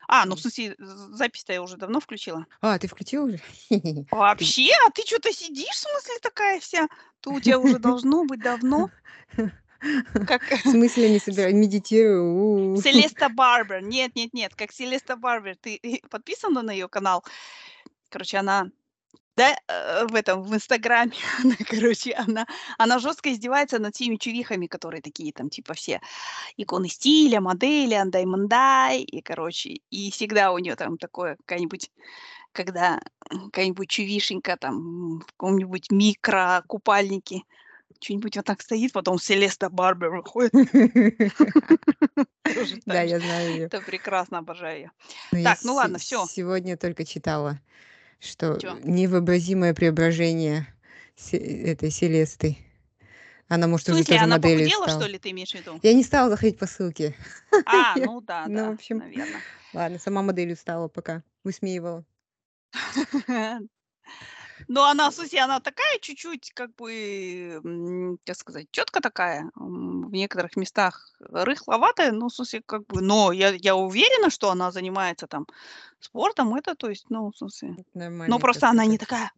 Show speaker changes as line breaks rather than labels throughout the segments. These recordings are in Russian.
Ну, в смысле, запись-то я уже давно включила.
А, ты включил уже? Ты-
Вообще? А ты что-то сидишь, в смысле, такая вся? То у тебя уже должно быть давно, как
В смысле не
С
собираю, медитирую?
Селеста Барбер. Нет, нет, нет, как Селеста Барбер. Ты подписана на ее канал? Короче, она, да, в Инстаграме, она жестко издевается над всеми чувихами, которые такие там, типа, все иконы стиля, модели, андай-мандай, и, короче, и всегда у нее там такое какая-нибудь, когда какая-нибудь чувишенька там в каком-нибудь микро-купальнике, что-нибудь вот так стоит, потом Селеста Барбер выходит. Тоже
Да,
так же.
я знаю ее.
Это прекрасно, обожаю ее.
Но я
Так, ну ладно, все.
сегодня только читала, что
Чё?
невообразимое преображение этой Селесты. Она,
В
может, уже
смысле,
тоже
она
моделью
похудела, что
стала.
ли, ты имеешь в виду?
Я не стала заходить по ссылке.
Ну да,
Ну, в
да,
общем,
наверно.
ладно, сама моделью стала, пока высмеивала.
Но она, в смысле, она такая чуть-чуть, как бы, как сказать, четко такая, в некоторых местах рыхловатая, ну, в смысле, как бы, но я уверена, что она занимается там спортом. Это, то есть, ну, в смысле, но
Нормальная
просто она не
красота.
такая,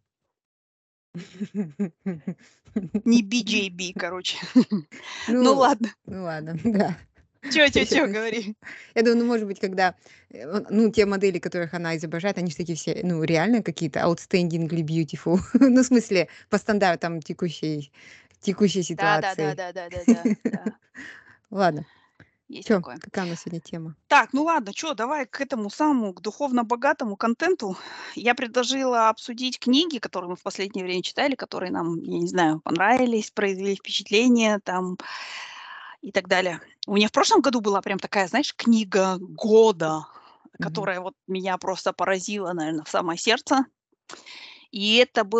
не BJB, короче. Ну
Ну,
ладно.
ну ладно, да.
Чё,
Это всё.
говори.
Я думаю, ну, может быть, когда, ну, те модели, которых она изображает, они же такие все, ну, реально какие-то outstandingly beautiful. Ну, в смысле, по стандартам текущей ситуации.
Да.
Ладно.
Есть
Чё,
такое.
какая у нас сегодня тема?
Так, ну ладно, чё, давай к этому самому, к духовно богатому контенту. Я предложила обсудить книги, которые мы в последнее время читали, которые нам, я не знаю, понравились, произвели впечатление там и так далее. У меня в прошлом году была прям такая, знаешь, книга года,
Мгм.
которая вот меня просто поразила, наверное, в самое сердце. И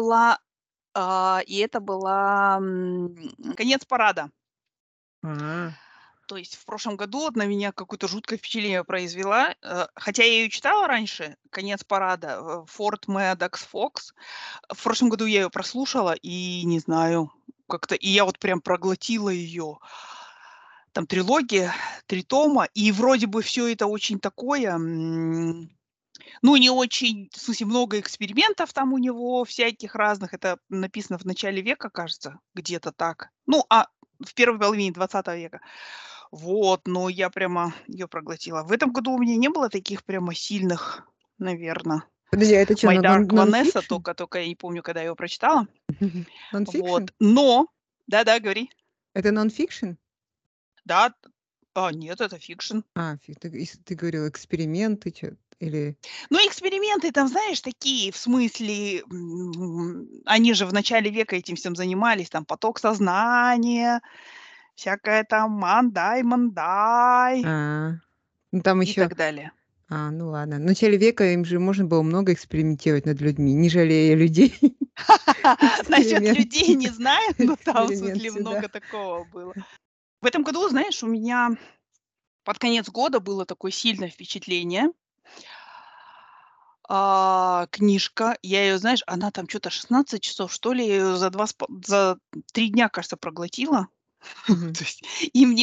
это была "Конец парада".
А.
То есть в прошлом году вот на меня какое-то жуткое впечатление произвела, хотя я ее читала раньше, "Конец парада", Форт Мэддокс Фокс. В прошлом году я ее прослушала и не знаю, как-то и я вот прям проглотила ее. Там трилогия, 3 тома, и вроде бы все это очень такое, ну, не очень, в смысле, много экспериментов там у него всяких разных. Это написано в начале века, кажется, где-то так. Ну, в первой половине 20 века. Вот, но я прямо ее проглотила. В этом году у меня не было таких прямо сильных, наверно.
Подожди, а это чё,
My Dark Vanessa,
нонфикшн?
только я не помню, когда я его прочитала.
Нонфикшн?
Вот, но да-да, говори.
Это нонфикшн?
Да, нет, это фикшн.
А, ты говорил эксперименты чё или
Ну, эксперименты там, знаешь, такие, в смысле, они же в начале века этим всем занимались, там поток сознания, всякое там мандай-мандай
А, ну, там
и
еще.
так далее.
Ну ладно. В начале века им же можно было много экспериментировать над людьми, не жалея людей.
Насчет
Эксперимент
людей не
сюда,
знаю, но там, в
эксперимент
смысле,
сюда.
много такого было. В этом году, знаешь, у меня под конец года было такое сильное впечатление. Книжка, я ее, знаешь, она там что то 16 часов, что ли, я её за 3 дня, кажется, проглотила.
Мгм.
То есть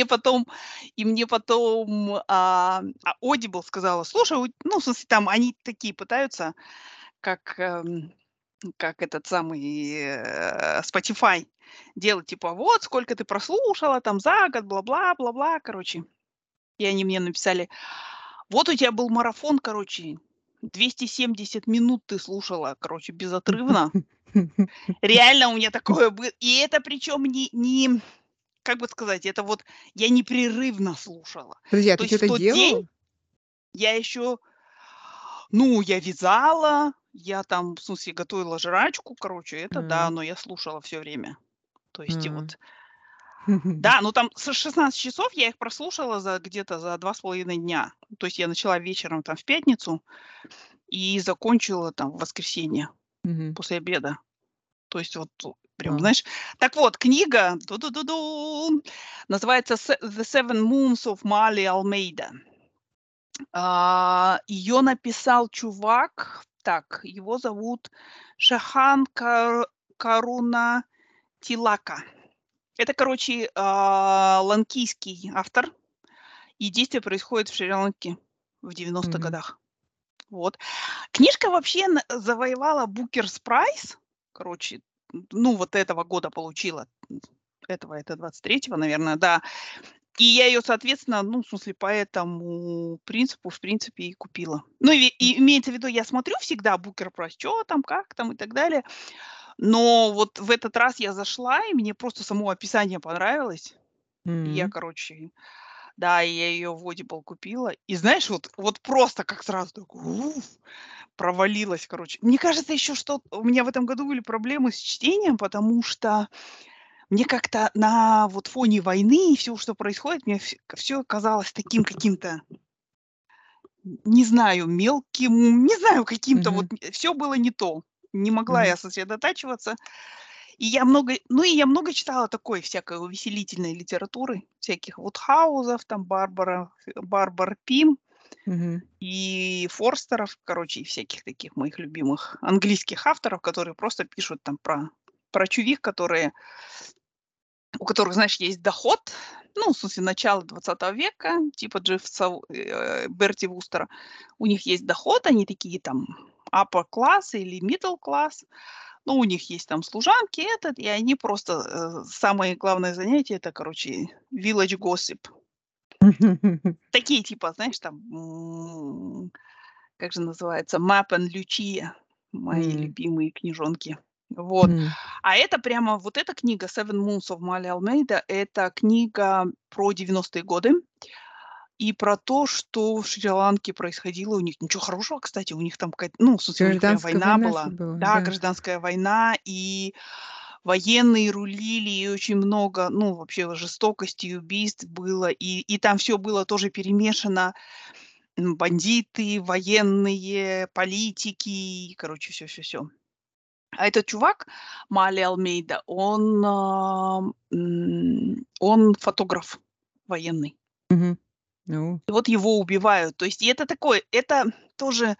и мне потом, Audible сказала: "Слушай, ну, в смысле, там они такие пытаются, как, как этот самый, Spotify, делать, типа: "Вот сколько ты прослушала там за год, бла-бла, бла-бла". Короче, и они мне написали: "Вот у тебя был марафон, короче, 270 минут ты слушала, короче, безотрывно". Реально у меня такое было. И это причем не как бы сказать, это вот я непрерывно слушала.
Подожди, а
То
ты
есть
что
в
то
тот день
делала?
я еще, ну, я вязала, я там, в смысле, готовила жрачку, короче, это да,
А,
но я слушала все время. То есть и
а.
вот, да, ну там 16 часов я их прослушала где-то за 2,5 дня. То есть я начала вечером там в пятницу и закончила там в воскресенье
Мгм.
после обеда. То есть вот прям,
Вау.
знаешь. Так вот, книга называется "The Seven Moons of Mali Almeida". Ее написал чувак, так, его зовут Шахан Карунатилака. Это, короче, ланкийский автор, и действие происходит в Шри-Ланке. в 90-х
Мгм.
годах. Вот. Книжка вообще завоевала Booker's Prize. Короче, ну, вот этого года получила. Это 23-го, наверное, да. И я ее, соответственно, ну, в смысле, по этому принципу, в принципе, и купила. Ну, и имеется в виду, я смотрю всегда Booker Prize, что там, как там и так далее. Но вот в этот раз я зашла, и мне просто само описание понравилось. И я,
М.
короче, да, и я ее в Audible купила. И знаешь, вот просто как сразу так, провалилась, короче. Мне кажется, еще что у меня в этом году были проблемы с чтением, потому что мне как-то на вот фоне войны и всего, что происходит, мне все казалось таким каким-то, не знаю, мелким, не знаю, каким-то вот
Мгм.
все было не то. Не могла
Мгм.
я сосредотачиваться. И я много читала такой всякой увеселительной литературы, всяких вот Хаузов, там Барбара Пим
Мгм.
и Форстеров, короче, и всяких таких моих любимых английских авторов, которые просто пишут там про чувих, у которых, знаешь, есть доход, ну, в смысле, начала 20 века, типа Берти Вустера. У них есть доход, они такие там upper class или middle class, ну, у них есть там служанки и они просто, самое главное занятие — это, короче, village gossip. Такие типа, знаешь, там, как же называется, Map and Lucia, мои
М.
любимые книжонки. Вот.
М.
А это прямо, вот эта книга Seven Moons of Molly Almeida — это книга про 90-е годы и про то, что в Шри-Ланке происходило у них. Ничего хорошего, кстати, у них там какая-то, ну, в смысле, у них прям
Гражданская
война
война же
была.
была,
Да,
да.
гражданская война, и военные рулили, и очень много, ну, вообще жестокости и убийств было, и там все было тоже перемешано. Бандиты, военные, политики, и, короче, все. А этот чувак, Мали Алмейда, он фотограф военный.
Мгм. Ну.
И вот его убивают. То есть и это такое, это тоже,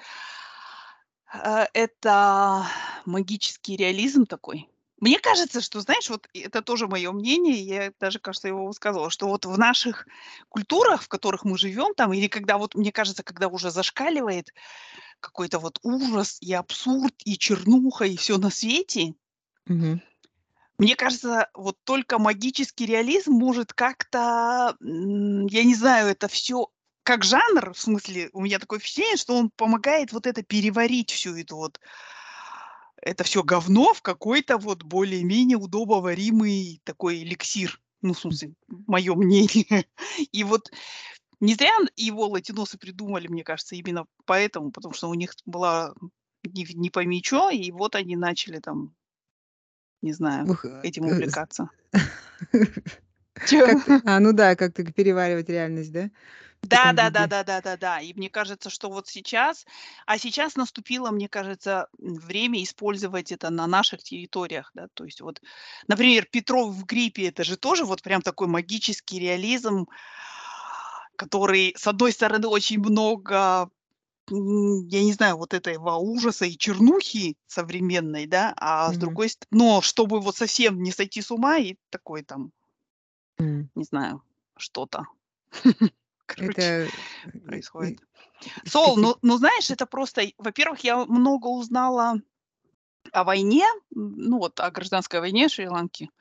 это магический реализм такой. Мне кажется, что, знаешь, вот это тоже мое мнение, я даже, кажется, его высказывала, что вот в наших культурах, в которых мы живем там, или когда вот, мне кажется, когда уже зашкаливает какой-то вот ужас и абсурд, и чернуха, и все на свете.
Мгм.
Мне кажется, вот только магический реализм может как-то, я не знаю, это все как жанр, в смысле, у меня такое впечатление, что он помогает вот это переварить всю эту вот это все говно в какой-то вот более-менее удобоваримый такой эликсир. Ну, в смысле, мое мнение. И вот не зря его латиносы придумали, мне кажется, именно поэтому, потому что у них была не пойми чё, и вот они начали там, не знаю,
Ух,
этим увлекаться. Чё?
как ты ну да, как то переваривать реальность, да, в
Да,
таком
да, да,
виде?
да, да, да, да. И мне кажется, что вот сейчас наступило, мне кажется, время использовать это на наших территориях, да. То есть вот, например, Петров в гриппе — это же тоже вот прям такой магический реализм, который, с одной стороны, очень много, я не знаю, вот этого ужаса и чернухи современной, да, а с
Мгм.
другой но чтобы вот совсем не сойти с ума, и такой там,
М.
не знаю, что-то, короче,
Это,
происходит. Сол,
специф
ну знаешь, это просто, во-первых, я много узнала о войне, ну вот о гражданской войне Шри-Ланки.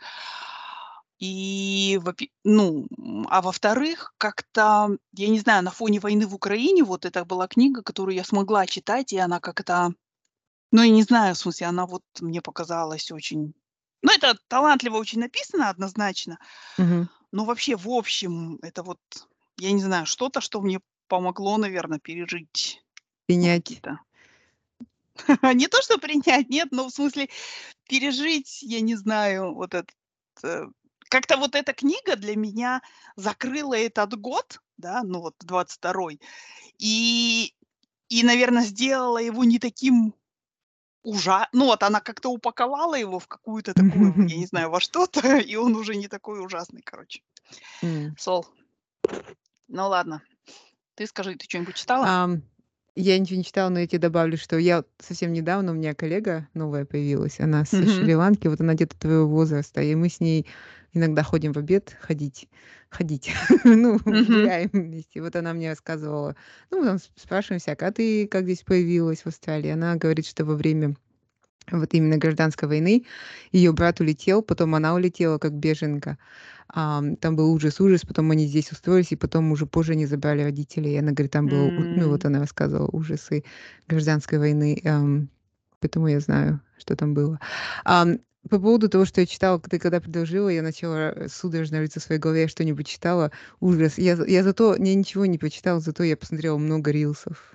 А во-вторых, как-то, я не знаю, на фоне войны в Украине вот это была книга, которую я смогла читать, и она как-то, ну, я не знаю, в смысле, она вот мне показалась очень, ну, это талантливо очень написано однозначно,
Мгм.
но вообще, в общем, это вот, я не знаю, что-то, что мне помогло, наверное, пережить, ну,
Принять.
какие-то не то, что принять, нет, но в смысле пережить, я не знаю, вот этот, э, как-то вот эта книга для меня закрыла этот год, да, ну вот 22-й, и наверно, сделала его не таким ну вот она как-то упаковала его в какую-то такую, я не знаю, во что-то, и он уже не такой ужасный, короче.
М.
Сол, ну ладно, ты скажи, ты чё-нибудь читала?
Ам, я ничего не читала, но я тебе добавлю, что я вот совсем недавно, у меня коллега новая появилась, она со
Мгм.
Шри-Ланки, вот она где-то твоего возраста, и мы с ней иногда ходим в обед ходить, ну,
Мгм.
гуляем вместе. Вот она мне рассказывала, ну, мы там спрашиваем всякое: "А ты как здесь появилась, в Австралии?" Она говорит, что во время вот именно гражданской войны ее брат улетел, потом она улетела как беженка. Там был ужас, потом они здесь устроились, и потом уже позже они забрали родителей. И она говорит, там было, ну, вот
М.
она рассказывала ужасы гражданской войны, поэтому я знаю, что там было. Ам, по поводу того, что я читала, ты когда предложила, я начала судорожно рыться в своей голове, я что-нибудь читала. Ужас. Я зато, я ничего не прочитала, зато я посмотрела много рилсов.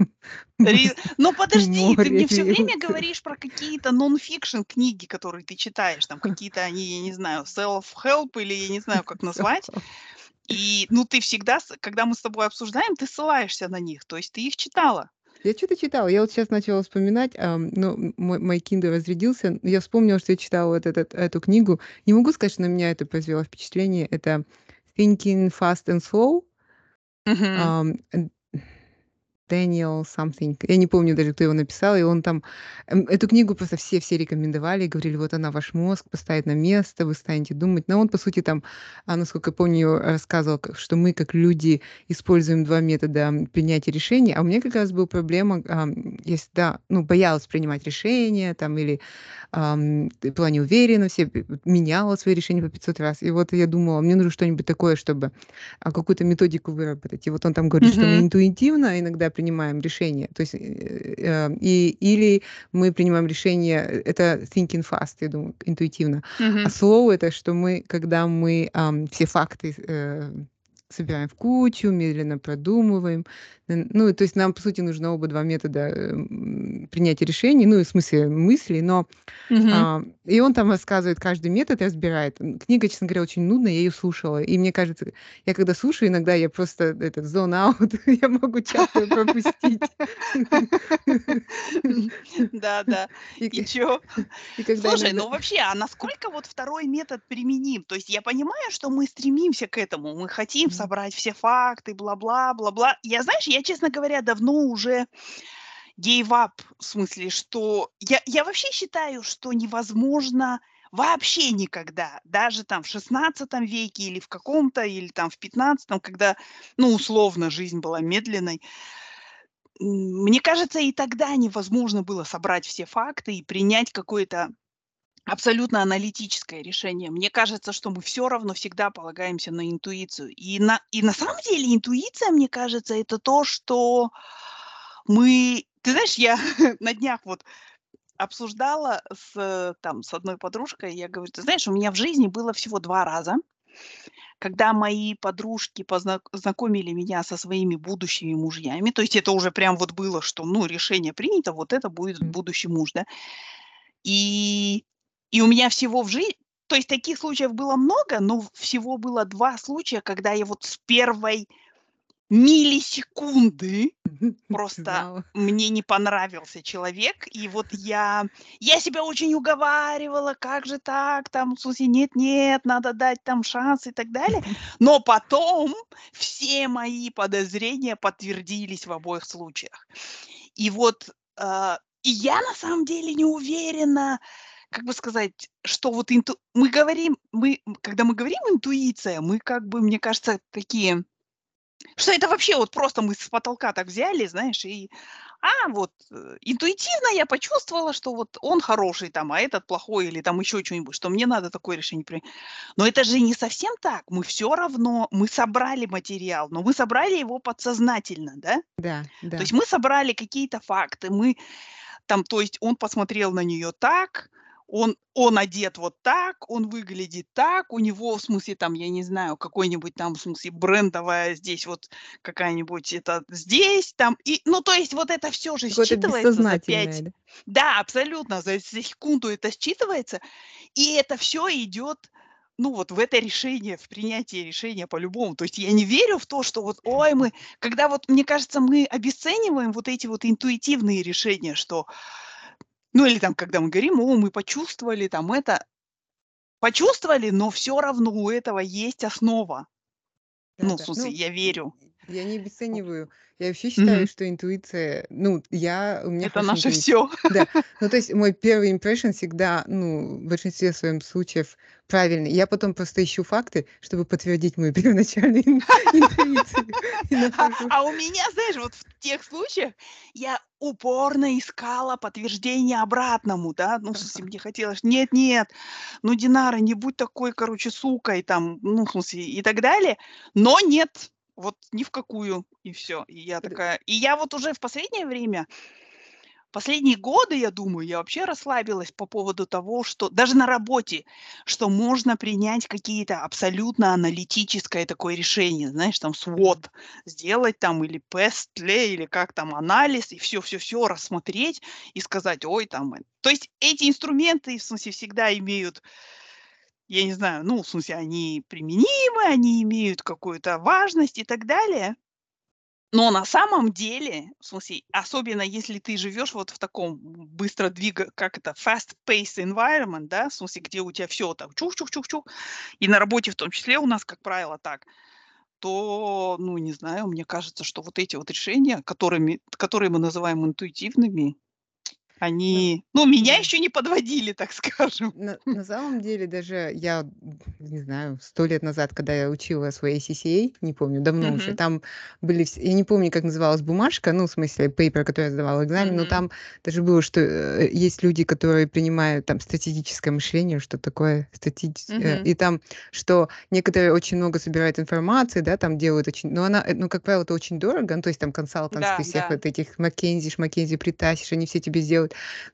Ну подожди, ты
Море
мне все время
рилсов.
говоришь про какие-то нон-фикшн книги, которые ты читаешь, там какие-то они, я не знаю, self-help или я не знаю, как назвать. И, ну, ты всегда, когда мы с тобой обсуждаем, ты ссылаешься на них, то есть ты их читала.
Я что-то читала. Я вот сейчас начала вспоминать, ну, мой Kindle разрядился. Я вспомнила, что я читала вот эту книгу. Не могу сказать, что на меня это произвело впечатление. Это "Thinking Fast and Slow".
Мгм.
Ам, Дэниел something. Я не помню даже, кто его написал. И он там эту книгу просто все рекомендовали, говорили: "Вот она ваш мозг поставит на место, вы станете думать". Но он, по сути, там, насколько я помню, рассказывал, что мы, как люди, используем 2 метода, принятия решений. А у меня как раз была проблема, я всегда, ну, боялась принимать решения там или, была не уверена, меняла свои решения по 500 раз. И вот я думала, мне нужно что-нибудь такое, чтобы какую-то методику выработать. И вот он там говорит, что мы
Мгм.
интуитивно иногда принимаем решения. То есть, или мы принимаем решение, это thinking fast, я думаю, интуитивно. А
Мгм.
slow — это что мы, когда мы все факты собираем в кучу, медленно продумываем. Ну, то есть нам, по сути, нужно оба 2 метода принятия решений, ну, в смысле мыслей, но
Мгм.
и он там рассказывает каждый метод и разбирает. Книга, честно говоря, очень нудная, я ее слушала. И мне кажется, я когда слушаю, иногда я просто этот zone out, я могу часто её пропустить.
Да-да.
И
И чё?
и когда
Слушай,
иногда
ну вообще, а насколько вот второй метод применим? То есть я понимаю, что мы стремимся к этому, мы хотим
Мгм.
собрать все факты, бла-бла, бла-бла. Я, знаешь, я, честно говоря, давно уже gave up, в смысле, что я вообще считаю, что невозможно вообще никогда, даже там в 16 веке или в каком-то, или там в 15, когда, ну, условно, жизнь была медленной. Мне кажется, и тогда невозможно было собрать все факты и принять какое-то абсолютно аналитическое решение. Мне кажется, что мы все равно всегда полагаемся на интуицию. И на самом деле интуиция, мне кажется, это то, что мы ты знаешь, я на днях вот обсуждала с одной подружкой. Я говорю: "Ты знаешь, у меня в жизни было всего 2 раза, когда мои подружки знакомили меня со своими будущими мужьями". То есть это уже прям вот было, что, ну, решение принято, вот это будет будущий муж, да. И и у меня всего в жизни, то есть таких случаев было много, но всего было 2 случая, когда я вот с первой миллисекунды
ты
просто
знала.
мне не понравился человек. И вот я себя очень уговаривала: "Как же так? Там, в смысле, нет-нет, надо дать там шанс", и так далее. Но потом все мои подозрения подтвердились в обоих случаях. И вот, и я на самом деле не уверена, как бы сказать, что вот мы говорим, когда мы говорим интуиция, мы как бы, мне кажется, такие, что это вообще вот просто мы с потолка так взяли, знаешь, и, вот, интуитивно я почувствовала, что вот он хороший там, а этот плохой или там еще что-нибудь, что мне надо такое решение принять. Но это же не совсем так. Мы все равно, мы собрали материал, но мы собрали его подсознательно, да?
Да,
То
да.
есть мы собрали какие-то факты, мы там, то есть он посмотрел на нее так, он одет вот так, он выглядит так, у него, в смысле, там, я не знаю, какой-нибудь там, в смысле, брендовая здесь вот какая-нибудь это здесь, там, и, ну, то есть вот это все же
Какое-то
считывается за
бессознательное,
5.
да?
Да, абсолютно, за секунду это считывается, и это все идет, ну, вот в это решение, в принятие решения по-любому. То есть я не верю в то, что вот, ой, когда вот, мне кажется, мы обесцениваем вот эти вот интуитивные решения, что, ну, или там, когда мы говорим: "О, мы почувствовали там это". Почувствовали, но все равно у этого есть основа. Ну, в
Да-да.
смысле,
Ну,
я верю.
Я не обесцениваю. Я вообще считаю,
Мгм.
что интуиция, у меня
Это
хорошая
наше
интуиция.
все.
Да, ну, то есть мой первый импрессион всегда, в большинстве своем случаев правильный. Я потом просто ищу факты, чтобы подтвердить мою первоначальную интуицию и
А,
нахожу.
а у меня, знаешь, вот в тех случаях я упорно искала подтверждение обратному, да, ну, в смысле, мне хотелось, нет, нет, ну, Динара, не будь такой, короче, сукой, там, ну, в смысле, и так далее, но нет, вот ни в какую, и все. И я
Д
такая, и я вот уже в последнее время последние годы, я думаю, я вообще расслабилась по поводу того, что даже на работе, что можно принять какие-то абсолютно аналитическое такое решение, знаешь, там
Мгм.
SWOT сделать там или PESTLE, или как там анализ, и все-все-все рассмотреть и сказать, ой, там. То есть эти инструменты, в смысле, всегда имеют, я не знаю, ну, в смысле, они применимы, они имеют какую-то важность и так далее. Но на самом деле, в смысле, особенно если ты живешь вот в таком быстро как это, fast-paced environment, да, в смысле, где у тебя все там чух-чух-чух-чух, и на работе в том числе у нас, как правило, так, то, ну, не знаю, мне кажется, что вот эти вот решения, которые мы называем интуитивными,
Ну
они, ну, меня
да.
еще не подводили, так скажем.
На самом деле даже я, не знаю, 100 лет назад, когда я учила свой ACCA, не помню, давно уже,
Мгм.
там были я не помню, как называлась бумажка, ну, в смысле, paper, который я сдавала экзамен, но
Мгм.
там даже было, что, есть люди, которые принимают там статистическое мышление, что такое
Мгм.
и там, что некоторые очень много собирают информации, да, там делают очень, но она, ну, как правило, это очень дорого, ну, то есть там консалтантских
Да,
всех
да.
вот этих McKinsey притащишь, они все тебе сделают,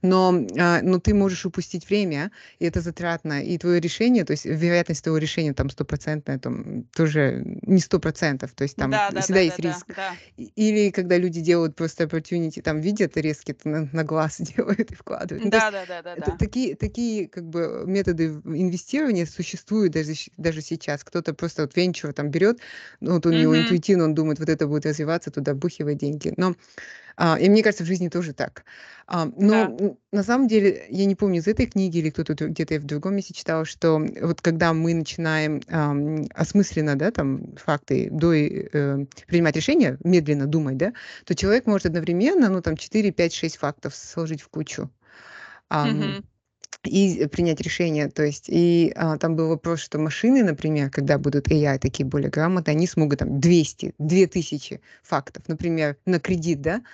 но ты можешь упустить время, и это затратно. И твое решение, то есть вероятность твоего решения там стопроцентная, там тоже не 100%, то есть там
Да, да,
всегда
да, да,
есть
да,
риск.
да.
Или когда люди делают просто opportunity, там видят резкий на глаз делают и вкладывают. Ну, то есть
Да, да, да, да,
это
да.
такие как бы методы инвестирования существуют даже сейчас. Кто-то просто вот венчур там берет, ну, вот у него
Мгм.
интуитивно, он думает, вот это будет развиваться, туда бухивает деньги. Но и мне кажется, в жизни тоже так. Но,
Да.
на самом деле, я не помню, из этой книги или кто-то где-то я в другом месте читала, что вот когда мы начинаем, осмысленно, да, там, факты принимать решения, медленно думать, да, то человек может одновременно, ну, там, 4, 5, 6 фактов сложить в кучу.
Мгм.
И принять решение. То есть, там был вопрос, что машины, например, когда будут AI такие более грамотные, они смогут там 2000 фактов, например, на кредит, да.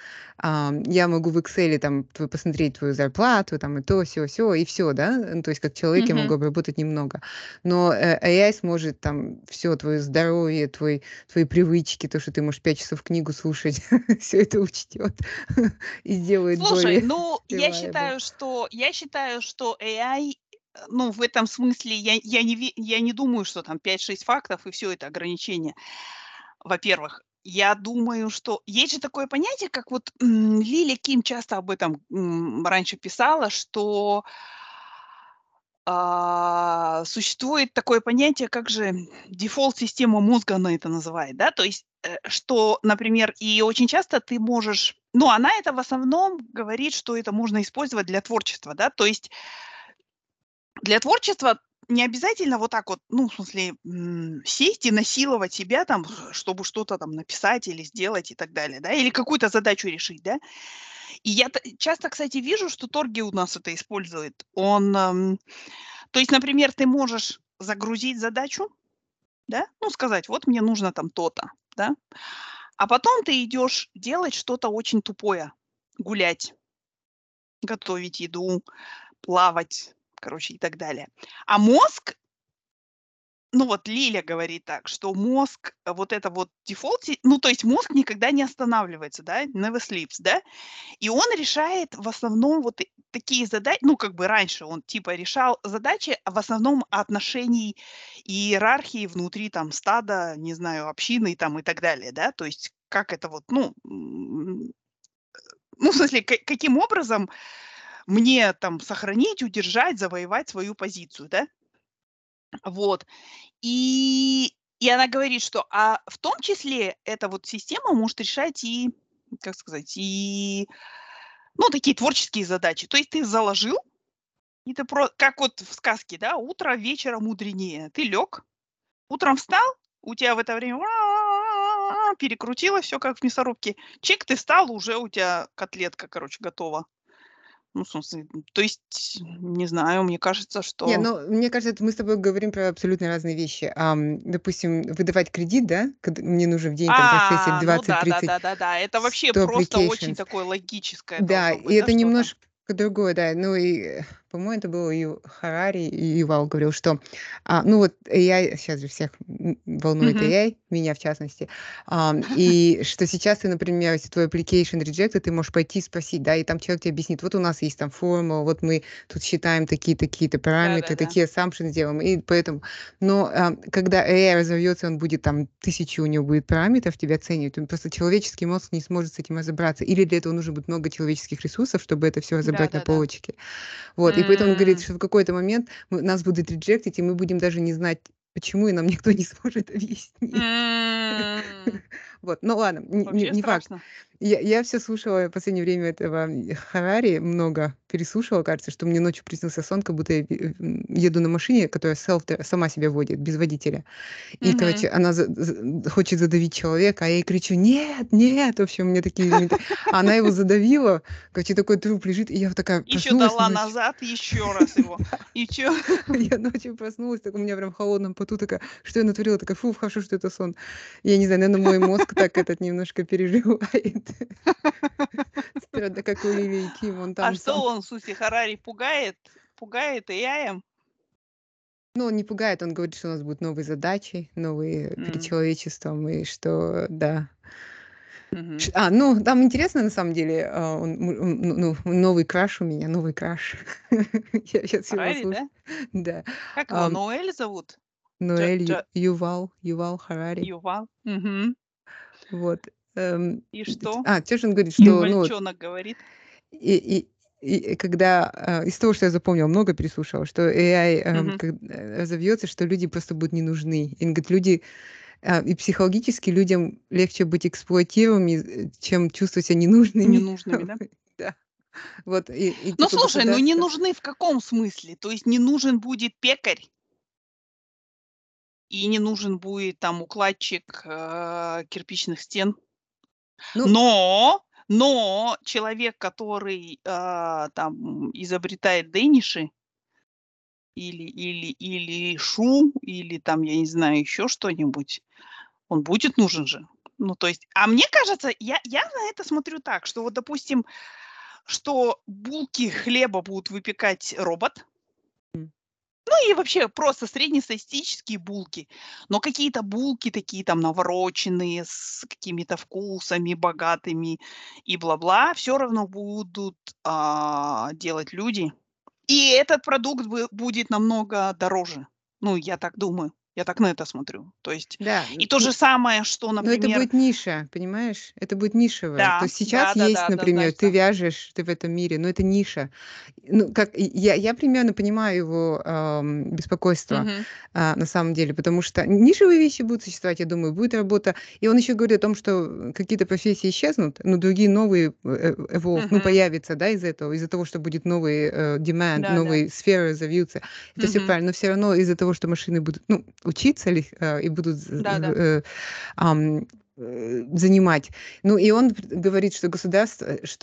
Я могу в Excel там посмотреть твою зарплату, там и то, все, и все, да. Ну, то есть, как человек я
Мгм.
могу обработать немного. Но AI сможет там все твое здоровье, твои привычки, то, что ты можешь 5 часов книгу слушать, все это учтет и сделает
Слушай,
более
ну,
reliable.
я считаю, что AI, ну, в этом смысле я не думаю, что там 5-6 фактов и все это ограничение. Во-первых, я думаю, что есть же такое понятие, как вот, Лили Ким часто об этом, раньше писала, что, существует такое понятие, как же дефолт-система мозга, она это называет, да. То есть, что, например, и очень часто ты можешь, ну, она это в основном говорит, что это можно использовать для творчества, да. То есть для творчества не обязательно вот так вот, ну, в смысле, сесть и насиловать себя там, чтобы что-то там написать или сделать и так далее, да, или какую-то задачу решить, да. И я часто, кстати, вижу, что Торги у нас это использует. То есть, например, ты можешь загрузить задачу, да, ну, сказать, вот мне нужно там то-то, да, а потом ты идешь делать что-то очень тупое, гулять, готовить еду, плавать, короче, и так далее. А мозг, ну, вот Лиля говорит так, что мозг, вот это вот ну, то есть мозг никогда не останавливается, да, never sleeps, да, и он решает в основном вот такие задачи, ну, как бы раньше он типа решал задачи в основном отношений и иерархии внутри там стада, не знаю, общины там и так далее, да, то есть как это вот, ну, в смысле, каким образом мне там сохранить, удержать, завоевать свою позицию, да, вот. И она говорит, что, в том числе эта вот система может решать и, как сказать, и, ну, такие творческие задачи. То есть ты заложил, и ты как вот в сказке, да, утро вечера мудренее. Ты лег, утром встал, у тебя в это время перекрутила все как в мясорубке. Чик, ты встал, уже у тебя котлетка, короче, готова. Ну, в смысле, то есть, не знаю, мне кажется,
Не,
что...
ну, мне кажется, это мы с тобой говорим про абсолютно разные вещи. Допустим, выдавать кредит, да, когда мне нужно в день там процессить
Ну
20,
да,
30,
да-да-да-да. Это вообще
100
просто очень
applications.
такое логическое
Да,
должно
и
быть, да,
это
что-то.
немножко другое, да. Ну и, по-моему, это было и Харари, и Ювал говорил, что, ну вот AI, сейчас же всех волнует
Мгм.
AI, меня в частности, и что сейчас ты, например, если твой application rejected, ты можешь пойти спросить, да, и там человек тебе объяснит, вот у нас есть там формула, вот мы тут считаем такие-то параметры,
Да-да-да.
такие assumptions делаем, и поэтому, но когда AI разовьется, он будет там, 1000 у него будет параметров тебя оценивать, просто человеческий мозг не сможет с этим разобраться, или для этого нужно будет много человеческих ресурсов, чтобы это все разобрать на
Да-да-да.
полочке. Вот, и поэтому он говорит,
М.
что в какой-то момент нас будут реджектить, и мы будем даже не знать, почему, и нам никто не сможет объяснить.
М.
Вот, ну ладно,
Вообще
не факт.
страшно.
Я все слушала в последнее время этого Харари, много переслушала, кажется, что мне ночью приснился сон, как будто я еду на машине, которая сама себя водит, без водителя. И,
Мгм.
короче, она хочет задавить человека, а я ей кричу: "Нет, нет!" В общем, у меня такие а она его задавила, короче, такой труп лежит, и я вот такая
Еще
проснулась
дала
ночью.
назад еще раз его. И чё?
Я ночью проснулась, так у меня прям в холодном поту такая: "Что я натворила?" Такая: "Фу, хорошо, что это сон". Я не знаю, наверно, мой мозг так этот немножко переживает. Странно, как у Лили и Ким, он
А
там
что
сам.
он, в смысле, Харари пугает? Пугает AI-ем?
Ну, он не пугает, он говорит, что у нас будут новые задачи, новые перед
М.
человечеством, и что да.
Мгм.
Ну, там интересно, на самом деле, новый краш у меня, новый краш. Я сейчас его
Харари,
слушаю.
да?
Да.
Как его,
Ам,
Ноэль зовут?
Ноэль
Джа
Ювал Харари.
Ювал? Мгм.
Вот.
И что?
Чё ж он говорит, что, ну, вот,
Мальчонок говорит.
и и когда, из того, что я запомнила, много переслушала, что AI,
Мгм.
разовьется, что люди просто будут не нужны. И он говорит, люди, и психологически людям легче быть эксплуатируемыми, чем чувствовать себя ненужными.
Ненужными, да?
Да. Вот, и
Ну,
типа
слушай, ну не
государство.
нужны в каком смысле? То есть не нужен будет пекарь и не нужен будет там укладчик, кирпичных стен.
Ну,
Но человек, который, там изобретает дэниши или шу, или там, я не знаю, еще что-нибудь, он будет нужен же. Ну, то есть, а мне кажется, я на это смотрю так, что вот, допустим, что булки хлеба будут выпекать робот.
м,
Ну и вообще просто среднестатистические булки. Но какие-то булки такие там навороченные, с какими-то вкусами богатыми и бла-бла, все равно будут, делать люди. И этот продукт будет намного дороже. Ну, я так думаю. Я так на это смотрю. То есть
да,
и то же самое, что,
но это
например...
будет ниша, понимаешь? Это будет нишевое. То
Да,
есть сейчас
да-да-да,
есть, например, ты
однозначно.
вяжешь, ты в этом мире, но это ниша. Ну, как я примерно понимаю его, беспокойство,
Мгм.
на самом деле, потому что нишевые вещи будут существовать, я думаю, будет работа. И он еще говорит о том, что какие-то профессии исчезнут, но другие новые, ну,
Мгм.
появятся, да, из этого, из-за того, что будет новый, demand,
Да-да.
новые сферы разовьются. Это все
Мгм.
правильно, но все равно из-за того, что машины будут, ну, учиться и будут
Да-да.
ам, занимать. Ну, и он говорит, что государство,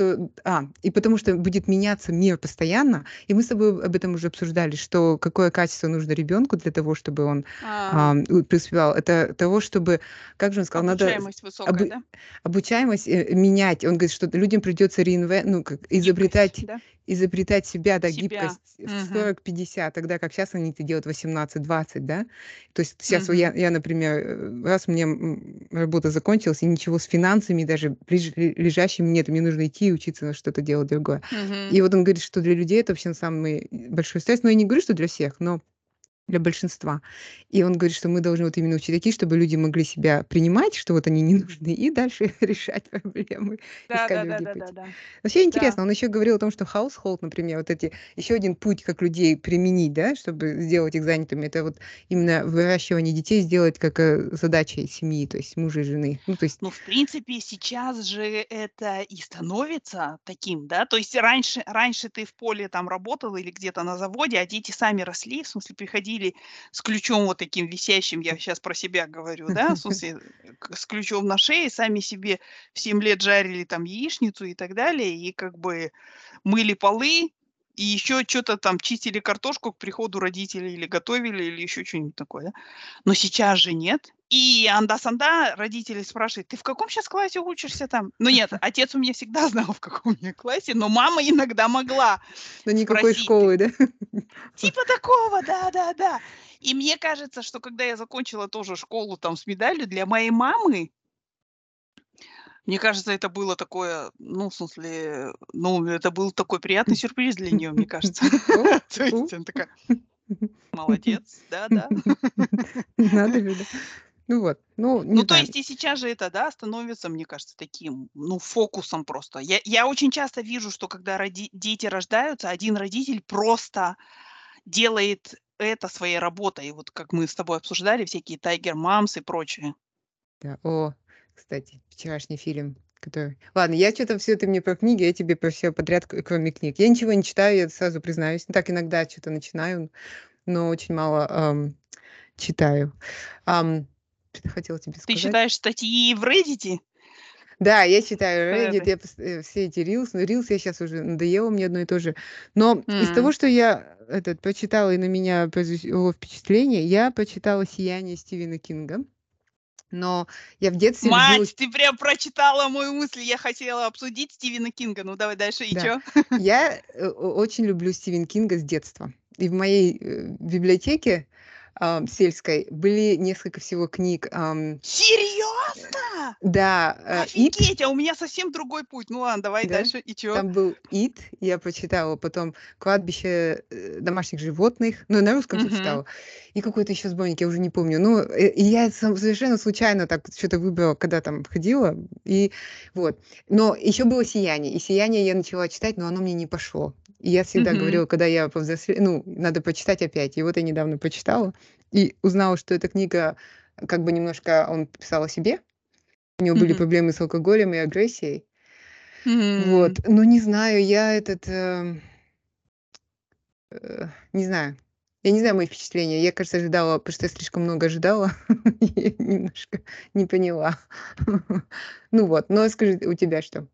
и потому что будет меняться мир постоянно, и мы с тобой об этом уже обсуждали, что какое качество нужно ребенку для того, чтобы он
А,
преуспевал. Это того, чтобы, как же он сказал, надо
Обучаемость высокая,
обу-
да?
обучаемость менять. Он говорит, что людям придется ну, как,
Гибкость,
изобретать
да?
изобретать себя, да,
Себя.
гибкость в
Мгм.
40-50, тогда как сейчас они это делают 18-20, да. То есть сейчас
Мгм.
я, например, раз у меня работа закончилась, и ничего с финансами даже лежащими нет, мне нужно идти и учиться на что-то делать другое.
Мгм.
И вот он говорит, что для людей это вообще самый большой стресс. Но я не говорю, что для всех, но для большинства. И он говорит, что мы должны вот именно учить такие, чтобы люди могли себя принимать, что вот они не нужны, и дальше решать проблемы, искать другие пути.
Да-да-да-да-да-да.
Вообще
Да.
интересно, он еще говорил о том, что household, например, вот эти еще один путь, как людей применить, да, чтобы сделать их занятыми, это вот именно выращивание детей сделать как задачей семьи, то есть мужа и жены. Ну, то есть,
Ну, в принципе, сейчас же это и становится таким, да. То есть раньше ты в поле там работал или где-то на заводе, а дети сами росли, в смысле приходили ходили с ключом вот таким висящим, я сейчас про себя говорю, да, в смысле, с ключом на шее, сами себе в 7 лет жарили там яичницу и так далее, и как бы мыли полы, и еще что-то там чистили картошку к приходу родителей или готовили, или еще что-нибудь такое, да. Но сейчас же нет. И анда-санда родители спрашивают: "Ты в каком сейчас классе учишься там?" Ну нет, отец у меня всегда знал, в каком я классе, но мама иногда могла
Но никакой
спросить. Ты
школы, да?
типа такого, да-да-да. И мне кажется, что когда я закончила тоже школу там с медалью, для моей мамы, мне кажется, это было такое, ну, в смысле, ну, это был такой приятный сюрприз для нее, мне кажется.
О,
То есть она такая: "Молодец, да-да".
надо же, да. Ну вот, ну, не
Ну, то
знаю.
есть и сейчас же это, да, становится, мне кажется, таким, ну, фокусом просто. Я очень часто вижу, что когда дети рождаются, один родитель просто делает это своей работой. И вот как мы с тобой обсуждали, всякие Tiger Moms и прочее.
Да. О, кстати, вчерашний фильм, который ладно, я что то все ты мне про книги, я тебе про все подряд, кроме книг. Я ничего не читаю, я сразу признаюсь. Ну, так иногда что то начинаю, но очень мало, читаю. Что-то хотела тебе
Ты
сказать.
читаешь статьи в Reddit?
Да, я читаю Reddit,
Это.
я все эти рилсы, но рилсы я сейчас уже надоело мне одно и то же. Но из того,
М.
что я, этот, прочитала и на меня произвело впечатление, я прочитала "Сияние" Стивена Кинга. Но я в детстве любила.
Мать, ты прям прочитала мою мысль. Я хотела обсудить Стивена Кинга. Ну, давай дальше. И
Да,
чё?
я, очень люблю Стивена Кинга с детства. И в моей, библиотеке, сельской были несколько всего книг.
Серьезно?
Да, "Ит",
Офигеть, а у меня совсем другой путь. Ну ладно, давай
да,
дальше. И чё?
там был "Ит", я прочитала, потом "Кладбище, домашних животных", ну, на русском всё
Мгм.
читала, и какой-то еще сборник, я уже не помню. Ну, и я совершенно случайно так что то выбрала, когда там ходила, и вот. Но еще было "Сияние", и "Сияние" я начала читать, но оно мне не пошло. И я всегда
Мгм.
говорила, когда я ну, надо почитать опять. И вот я недавно почитала и узнала, что эта книга как бы немножко он писал о себе. У него были
Мгм.
проблемы с алкоголем и агрессией.
М.
Вот, но не знаю, я этот, не знаю. Я не знаю мои впечатления. Я, кажется, ожидала, потому что я слишком много ожидала, и немножко не поняла. Ну вот, но скажи, у тебя что?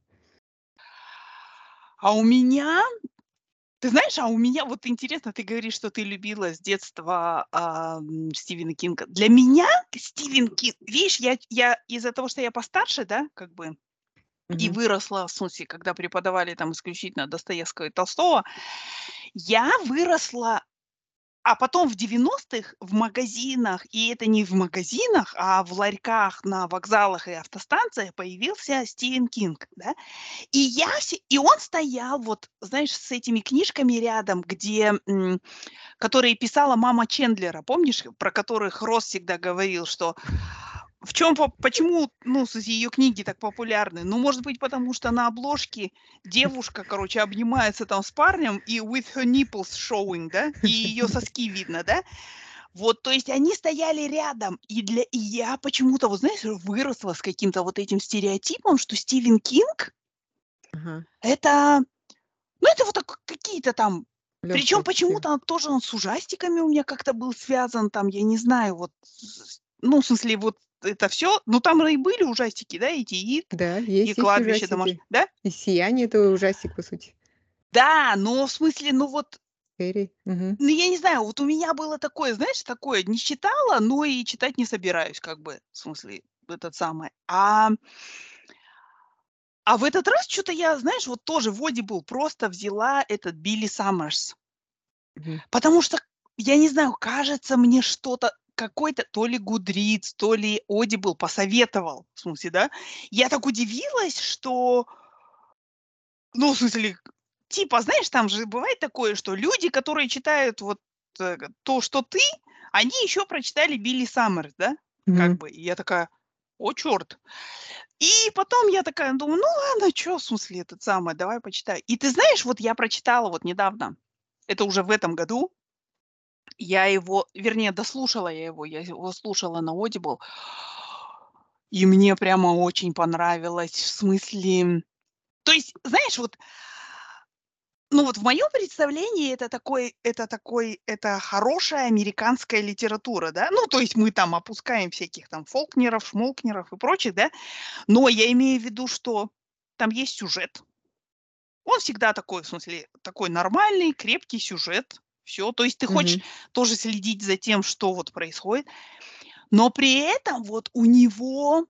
А у меня, ты знаешь, а у меня вот интересно, ты говоришь, что ты любила с детства, Стивена Кинга. Для меня Стивен Кинг, видишь, я из-за того, что я постарше, да, как бы, и
Мгм.
выросла, в смысле, когда преподавали там исключительно Достоевского и Толстого, я выросла. А потом в 90-х в магазинах, и это не в магазинах, а в ларьках на вокзалах и автостанциях появился Стивен Кинг, да. И он стоял вот, знаешь, с этими книжками рядом, где, которые писала мама Чендлера. Помнишь, про которых Росс всегда говорил, что в чем, почему, ну, ее книги так популярны? Ну, может быть, потому что на обложке девушка, короче, обнимается там с парнем и with her nipples showing, да, и ее соски видно, да. Вот, то есть они стояли рядом, и я почему-то, вот знаешь, выросла с каким-то вот этим стереотипом, что Стивен Кинг —
Ага.
это, ну, это вот какие-то там, причем
Лёгкое чтиво.
почему-то он тоже с ужастиками у меня как-то был связан, там, я не знаю, вот, ну, в смысле, вот это все, ну, там и были ужастики, да, эти "Ит"
Да,
и
есть
"Кладбище домашнее",
ужастики.
да?
И "Сияние" — это ужастик, по сути.
Да, но в смысле, ну вот,
Ферри. Мгм.
ну, я не знаю, вот у меня было такое, знаешь, такое, не читала, но и читать не собираюсь, как бы, в смысле, этот самый. А в этот раз что то я, знаешь, вот тоже в Audible просто взяла этот Билли Саммерс.
Мгм.
Потому что, я не знаю, кажется, мне что-то, какой-то то ли Goodreads, то ли Audible посоветовал, в смысле, да. Я так удивилась, что, ну, в смысле, типа, знаешь, там же бывает такое, что люди, которые читают вот, то, что ты, они еще прочитали Билли Саммерс, да, как
Мгм.
бы. И я такая: "О, черт!" И потом я такая думаю: "Ну ладно, чё, в смысле, этот самый, давай почитаю". И ты знаешь, вот я прочитала вот недавно, это уже в этом году, я его, вернее, дослушала я его слушала на Audible, и мне прямо очень понравилось. В смысле, то есть, знаешь, вот Ну, вот в моем представлении это хорошая американская литература, да. Ну, то есть мы там опускаем всяких там Фолкнеров, Шмолкнеров и прочих, да. Но я имею в виду, что там есть сюжет. Он всегда такой, в смысле, такой нормальный, крепкий сюжет. Все. То есть ты хочешь
Мгм.
тоже следить за тем, что вот происходит, но при этом вот у него